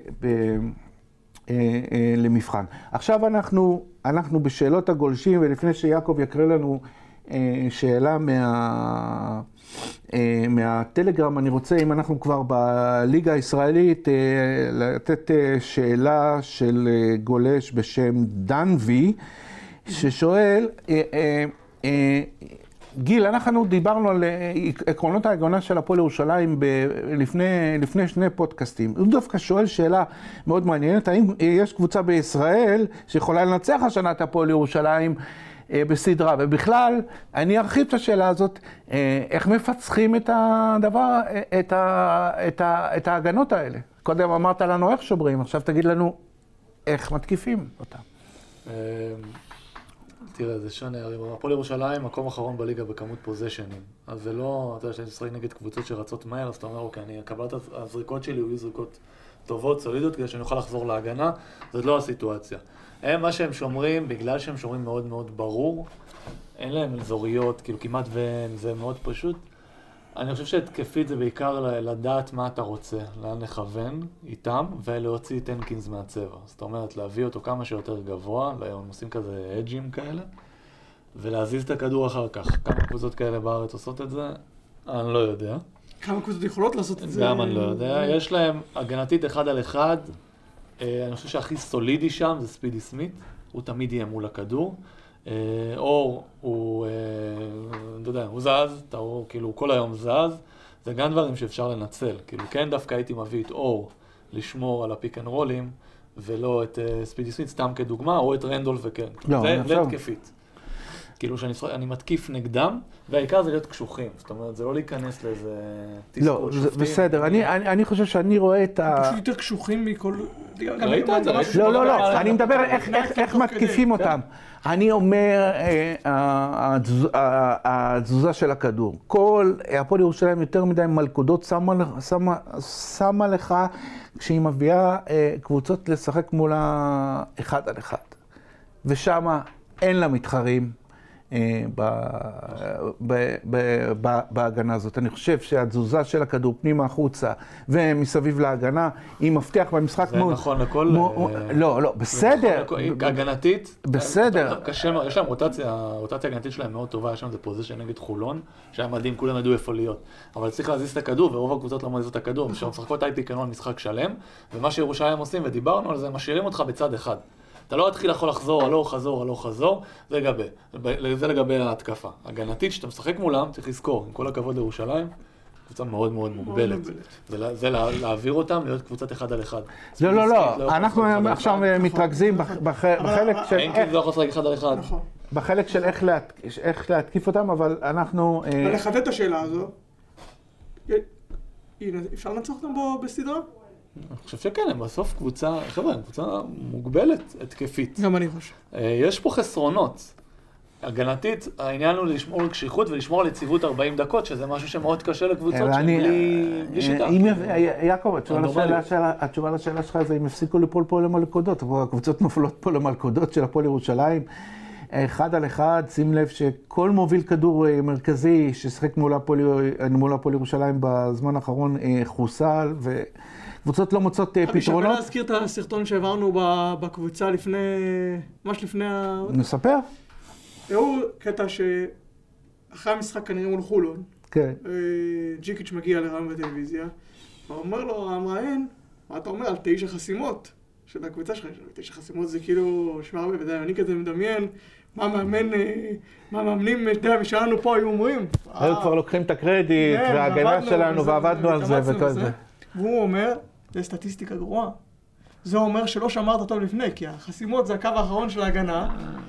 למבחן. עכשיו אנחנו בשאלות הגולשים, ולפני שיעקב יקריא לנו שאלה מהטלגרם, אני רוצה, אם אנחנו כבר בליגה הישראלית, לתת שאלה של גולש בשם דנבי, ששואל, גיל, אנחנו דיברנו על עקרונות ההגנה של הפועל ירושלים לפני שני פודקאסטים. הוא דווקא שואל שאלה מאוד מעניינת, האם יש קבוצה בישראל שיכולה לנצח השנה את הפועל ירושלים בסדרה? ובכלל, אני ארחיב את השאלה הזאת, איך מפצחים את הדבר, את ההגנות האלה? קודם אמרת לנו איך שומרים, עכשיו תגיד לנו איך מתקיפים אותם. תראה, זה שונה, הפועל ירושלים, מקום אחרון בליגה בכמות פוזיישנים. אז זה לא, אתה יודע, שאני משחק נגד קבוצות שרצות מהר, אז אתה אומר, אוקיי, קבלת הזריקות שלי יהיו זריקות טובות, סולידות, כדי שאני אוכל לחזור להגנה, זאת לא הסיטואציה. מה שהם שומרים, בגלל שהם שומרים מאוד מאוד ברור, אין להם אזוריות, כאילו כמעט ואין, זה מאוד פשוט. אני חושב שהתקפית זה בעיקר לדעת מה אתה רוצה, לאן לכוון איתם, ולהוציא את הנקינס מהצבע. זאת אומרת, להביא אותו כמה שיותר גבוה, הם עושים כזה אג'ים כאלה, ולהזיז את הכדור אחר כך. כמה קבוצות כאלה בארץ עושות את זה? אני לא יודע. כמה קבוצות יכולות לעשות את זה? גם אני לא יודע. יש להם הגנתית 1 על 1, אני חושב שהכי סולידי שם זה ספידי סמית, הוא תמיד יהיה מול הכדור. אור הוא, אתה יודע, הוא זז, כאילו כל היום זז, זה גם דברים שאפשר לנצל, כאילו כן דווקא הייתי מביא את אור לשמור על הפיק אנד רולים, ולא את ספידי סמית סתם כדוגמה, או את רנדולף וכן, זה התקפית. כאילו שאני מתקיף נגדם, והעיקר זה להיות קשוחים, זאת אומרת, זה לא להיכנס לאיזה תסכול שופטים. לא, בסדר, אני חושב שאני רואה את ה... פשוט יותר קשוחים מכל... לא, אני מדבר איך מתקיפים אותם. אני אומר, התזוזה של הכדור. כל הפועל ירושלים יותר מדי מלכודות שמה לך כשהיא מביאה קבוצות לשחק מול 1 על 1. ושמה אין לה מתחרים בהגנה הזאת. אני חושב שהתזוזה של הכדור פנימה החוצה ומסביב להגנה היא מפתח במשחק. זה נכון לכל... לא, בסדר. הגנתית. בסדר. יש להם רוטציה הגנתית שלהם מאוד טובה, יש שם זה פוזיישן נגד חולון, שהיה מדהים, כולם ידעו איפה להיות. אבל צריך להזיז את הכדור, ורוב הקבוצות לא מזיזות את הכדור, משחקות אייפי קנון משחק שלם, ומה שירושלים עושים, ודיברנו על זה, משאירים אותך בצד אחד. אתה לא תתחיל יכול לחזור, הלוך חזור, זה לגבי ההתקפה. הגנתית, שאתה משחק מולם, צריך לזכור, עם כל הכבוד לירושלים, קבוצה מאוד מאוד מוגבלת. זה להעביר אותם, להיות קבוצת 1 על 1. לא, אנחנו עכשיו מתרכזים בחלק של... אין כי זה לא יכול לשחק 1 על 1. בחלק של איך להתקיף אותם, אבל אנחנו... לחדד את השאלה הזו, אפשר לנצח אותם בסדרה? אני חושב שכן, הם בסוף קבוצה, חבר'ה, קבוצה מוגבלת התקפית. גם אני חושב. יש פה חסרונות. הגנתית, העניין הוא לשמור על קשיחות ולשמור על יציבות 40 דקות, שזה משהו שמאוד קשה לקבוצות בלי שיטה. יעקב, התשובה לשאלה שלך זה אם הפסיקו ליפול פה למלכודות, אבל הקבוצות נופלות פה למלכודות של הפועל ירושלים. 1 על 1, שים לב שכל מוביל כדור מרכזי ששחק מול הפועל ירושלים בזמן האחרון חוסל, וקבוצות לא מוצאות פתרונות. שווה להזכיר את הסרטון שהעברנו בקבוצה ממש לפני נספר? ראו קטע שאחרי המשחק כנראה מול חולון, כן. ג'יקיץ' מגיע לרעיון בטלוויזיה, ואומר לו המראיין, מה אתה אומר על 9 חסימות של הקבוצה שלך? 9 חסימות זה כאילו, שמע הרבה, ודי, אני כזה מדמיין, מה מאמנים משלנו פה היו אומרים. היו כבר לוקחים את הקרדיט, וההגנה שלנו, ועבדנו על זה וכל זה. והוא אומר, זה סטטיסטיקה גרועה. זה אומר שלא שמרת טוב לפני, כי החסימות זה הקו האחרון של ההגנה.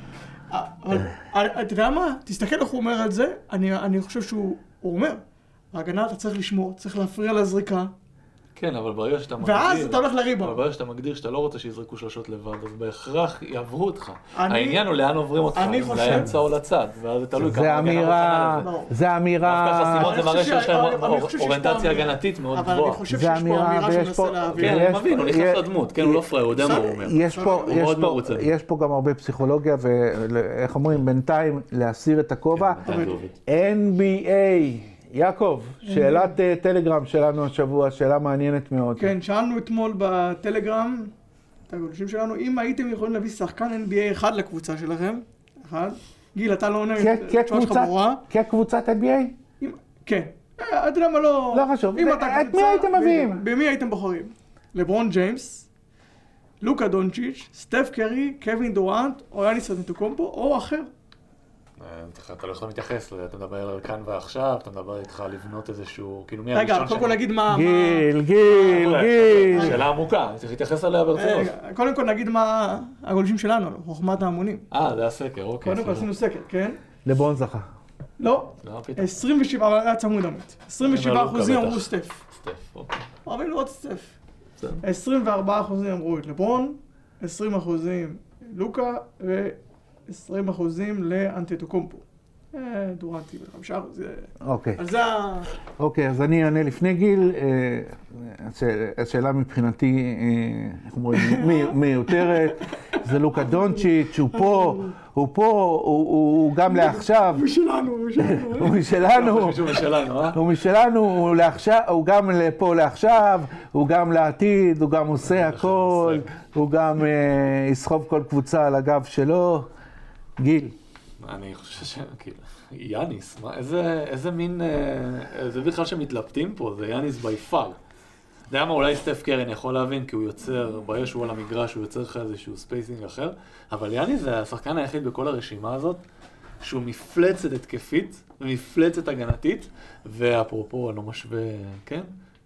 אבל, אתה יודע מה? תסתכל איך הוא אומר על זה, אני חושב שהוא אומר, ההגנה אתה צריך לשמור, צריך להפריע לזריקה. כן, אבל ברגע שאתה מגדיר... ואז אתה הולך לריבה. אבל ברגע שאתה מגדיר שאתה לא רוצה שיזרקו שלשות לבד, אז בהכרח יעברו אותך. העניין הוא לאן עוברים אותך, לאמצע או לצד, ואז זה תלוי כמה הגנה לא חנה לזה. זה אמירה... דווקא חסימות זה מראה שיש להם אוריינטציה הגנתית מאוד גבוהה. אבל אני חושב שיש פה אמירה שמנסה להעביר. כן, אני מבין, הוא נכנס לדמות, כן, הוא לא פראי, הוא יודע מה הוא אומר. הוא מאוד מרוצה. יש פה גם הרבה פסיכולוגיה, ואיך אומרים, בינתיים להסיר את הכובע. NBA. יעקב, שאלת טלגרם שלנו השבוע, שאלה מעניינת מאוד. כן, שאלנו אתמול בטלגרם, את הגולשים שלנו, אם הייתם יכולים להביא שחקן NBA אחד לקבוצה שלכם, אחד, גיל, אתה לא עונה, תשובה שלך ברורה. כקבוצת NBA? כן. אתה יודע מה לא... לא חשוב, את מי הייתם מביאים? במי הייתם בוחרים? לברון ג'יימס, לוקה דונצ'יץ', סטף קרי, קווין דורנט, או יאניס אנטטוקומפו, או אחר. אתה לא יכול להתייחס לזה, אתה מדבר על כאן ועכשיו, אתה מדבר איתך לבנות איזשהו, כאילו מי הראשון רגע, קודם כל נגיד מה... גיל. שאלה עמוקה, צריך להתייחס עליה ברצינות. קודם כל נגיד מה הגולשים שלנו, חוכמת ההמונים. זה הסקר, אוקיי. קודם כל עשינו סקר, כן? לברון זכה. לא, 27, היה צמוד אמת. 27% אמרו סטף. סטף, אוקיי. אוהבים לראות סטף. 24% אמרו את לברון, 20% לוקה ו20% לאנטטוקומפו. דורנטי ו5%. אוקיי. על זה אוקיי, אז אני אענה לפני גיל. השאלה מבחינתי, איך אומרים, מיותרת. זה לוקה דונצ'יץ', הוא פה, הוא גם לעכשיו. הוא משלנו, הוא גם פה לעכשיו, הוא גם לעתיד, הוא גם עושה הכל, הוא גם יסחוב כל קבוצה על הגב שלו. גיל. אני חושב כאילו, יאניס, איזה מין, זה בכלל שמתלבטים פה, זה יאניס ביפר. אתה יודע מה, אולי סטף קרן יכול להבין, כי הוא יוצר, ברגע שהוא על המגרש, הוא יוצר לך איזשהו ספייסינג אחר, אבל יאניס זה השחקן היחיד בכל הרשימה הזאת, שהוא מפלצת התקפית, ומפלצת הגנתית, ואפרופו, אני לא משווה, כן?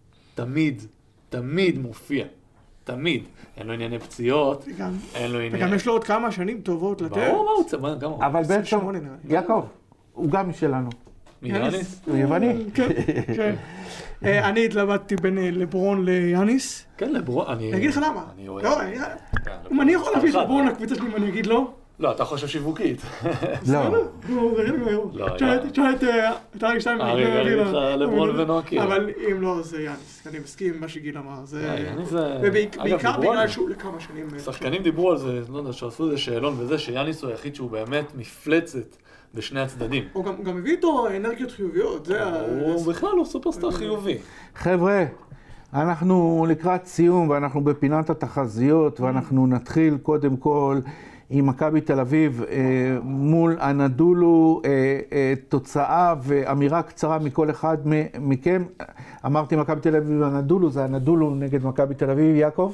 תמיד מופיע. תמיד. אין לו ענייני פציעות, אין לו ענייני... וגם יש לו עוד כמה שנים טובות לתת. ברור, מה הוא צמד? אבל בעצם, יעקב, הוא גם משלנו. מיאניס? הוא יווני. כן, כן. אני התלבטתי בין לברון ליאניס. כן, לברון, אני אגיד לך למה. אם אני יכול להביא את לברון לקבוצה שלי, אם אני אגיד לא? לא, אתה חושב שיווקית. לא. תשאל את אריק שטיין. אריק לברון ונוקי. אבל אם לא, זה יאניס. אני מסכים עם מה שגיל אמר. ובעיקר בגלל שהוא לכמה שנים... שחקנים דיברו על זה, לא יודע, שעשו איזה שאלון וזה, שיאניס הוא היחיד שהוא באמת מפלצת בשני הצדדים. הוא גם הביא איתו אנרגיות חיוביות. הוא בכלל הוא סופרסטאר חיובי. חבר'ה, אנחנו לקראת סיום ואנחנו בפינת התחזיות ואנחנו נתחיל קודם כל עם מכבי תל אביב מול אנדולו, תוצאה ואמירה קצרה מכל אחד מכם. אמרתי מכבי תל אביב ואנדולו, זה אנדולו נגד מכבי תל אביב. יעקב?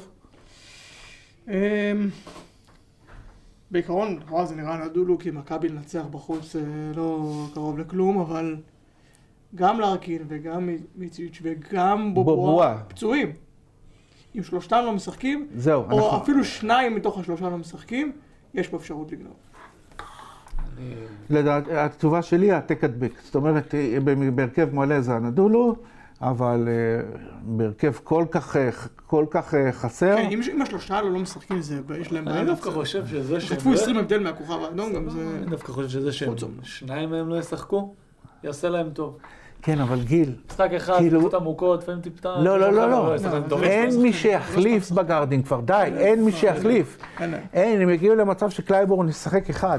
בעיקרון, זה נראה אנדולו כי מכבי לנצח בחוץ לא קרוב לכלום, אבל גם לארקין וגם מיציץ' וגם בובואה פצועים. אם שלושתם לא משחקים, או אפילו שניים מתוך השלושה לא משחקים, יש פה אפשרות לגנוב. לדעת, התשובה שלי, העתק הדבק. זאת אומרת, בהרכב מלא זה אנדולו, אבל בהרכב כל כך חסר. כן, אם השלושה לא משחקים, יש להם בעיה. אני דווקא חושב שזה שהם... חטפו 20 הבדל מהכוכב האדום, גם זה... אני דווקא חושב שזה שהם שניים מהם לא ישחקו, יעשה להם טוב. כן, אבל גיל... משחק אחד, טיפות עמוקות, לפעמים טיפתה... לא. אין מי שיחליף בגארדין כבר, די, אין מי שיחליף. אין, הם הגיעו למצב שקלייבורן ישחק אחד.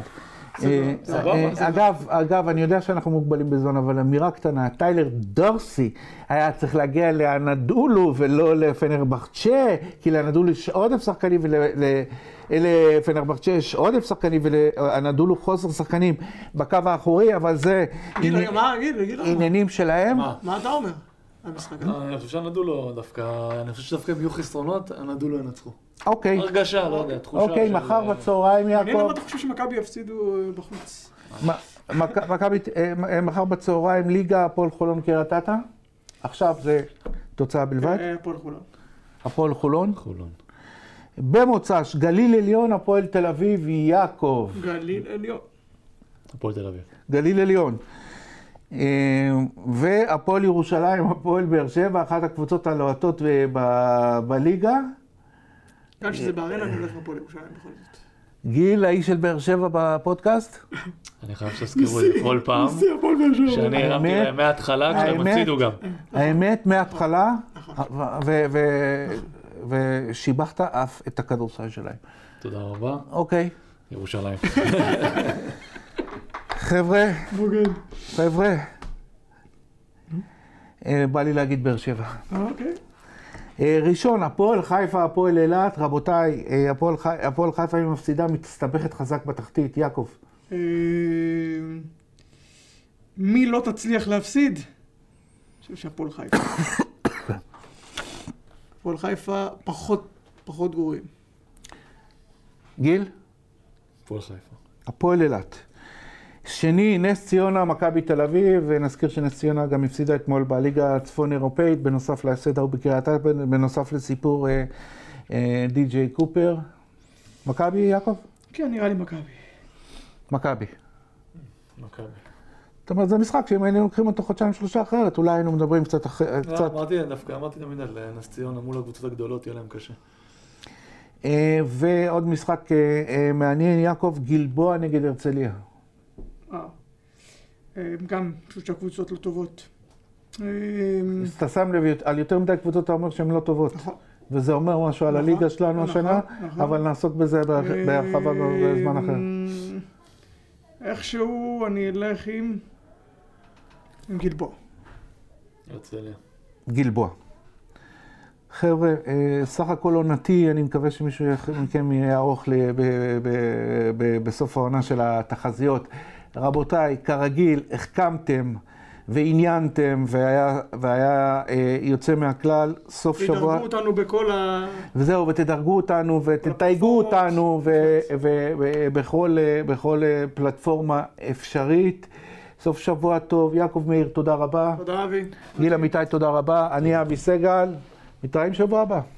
אגב, אני יודע שאנחנו מוגבלים בזמן, אבל אמירה קטנה, טיילר דורסי היה צריך להגיע לאנדולו ולא לפנרבחצ'ה, כי לאנדולו יש עודף שחקנים ולפנרבחצ'ה יש עודף שחקנים ולאנדולו חוסר שחקנים בקו האחורי, אבל זה עניינים שלהם. מה אתה אומר? אני חושב שאנדולו דווקא, הם יהיו חסרונות, אנדולו ינצחו. אוקיי. הרגשה, לא יודע, תחושה של... אוקיי, מחר בצהריים, יעקב. אני למה אתה חושב שמכבי יפסידו בחוץ? מכבי, מחר בצהריים, ליגה, הפועל חולון קריית אתא. עכשיו זה תוצאה בלבד. הפועל חולון. הפועל חולון. חולון. במוצ"ש, גליל עליון, הפועל תל אביב, יעקב. גליל עליון. הפועל תל אביב. גליל עליון. והפועל ירושלים, הפועל באר שבע, אחת הקבוצות הלוהטות בליגה. גם שזה בארנה, אני הולך לפועל ירושלים בכל זאת. גיל, האיש של באר שבע בפודקאסט? אני חייב שתזכירו לי כל פעם, שאני הרמתי להם מההתחלה, כשהם הצידו גם. האמת, מההתחלה, ושיבחת אף את הכדורסל שלהם. תודה רבה. אוקיי. ירושלים. חבר'ה, בא לי להגיד באר שבע. אוקיי. ראשון, הפועל חיפה, הפועל אילת, רבותיי, הפועל חיפה היא מפסידה, מסתבכת חזק בתחתית, יעקב. מי לא תצליח להפסיד? אני חושב שהפועל חיפה. הפועל חיפה פחות גרועים. גיל? הפועל חיפה. הפועל אילת. שני, נס ציונה, מכבי תל אביב, ונזכיר שנס ציונה גם הפסידה אתמול בליגה הצפון אירופאית, בנוסף להפסד ההוא בקריית אתא, בנוסף לסיפור די.ג'יי קופר. מכבי, יעקב? כן, נראה לי מכבי. מכבי. מכבי. זאת אומרת, זה משחק שאם היינו לוקחים אותו חודשיים שלושה אחרת, אולי היינו מדברים קצת אמרתי תמיד על נס ציונה מול הקבוצות הגדולות, יהיה להם קשה. ועוד משחק מעניין, יעקב, גלבוע נגד הרצליה. גם פשוט שהקבוצות לא טובות. אתה שם לב, על יותר מדי קבוצות אתה אומר שהן לא טובות. וזה אומר משהו על הליגה שלנו השנה, אבל נעסוק בזה בהרחבה בזמן אחר. איכשהו אני אלך עם גלבוע. הרצליה. גלבוע. חבר'ה, סך הכל עונתי, אני מקווה שמישהו מכם יהיה ארוך לי בסוף העונה של התחזיות. רבותיי, כרגיל, החכמתם ועניינתם והיה יוצא מהכלל, סוף שבוע. תדרגו אותנו בכל וזהו, ותדרגו אותנו ותתייגו אותנו בכל פלטפורמה אפשרית. סוף שבוע טוב. יעקב מאיר, תודה רבה. תודה אבי. גיל אמיתי, תודה רבה. אני אבי סגל. מתראים שבוע הבא.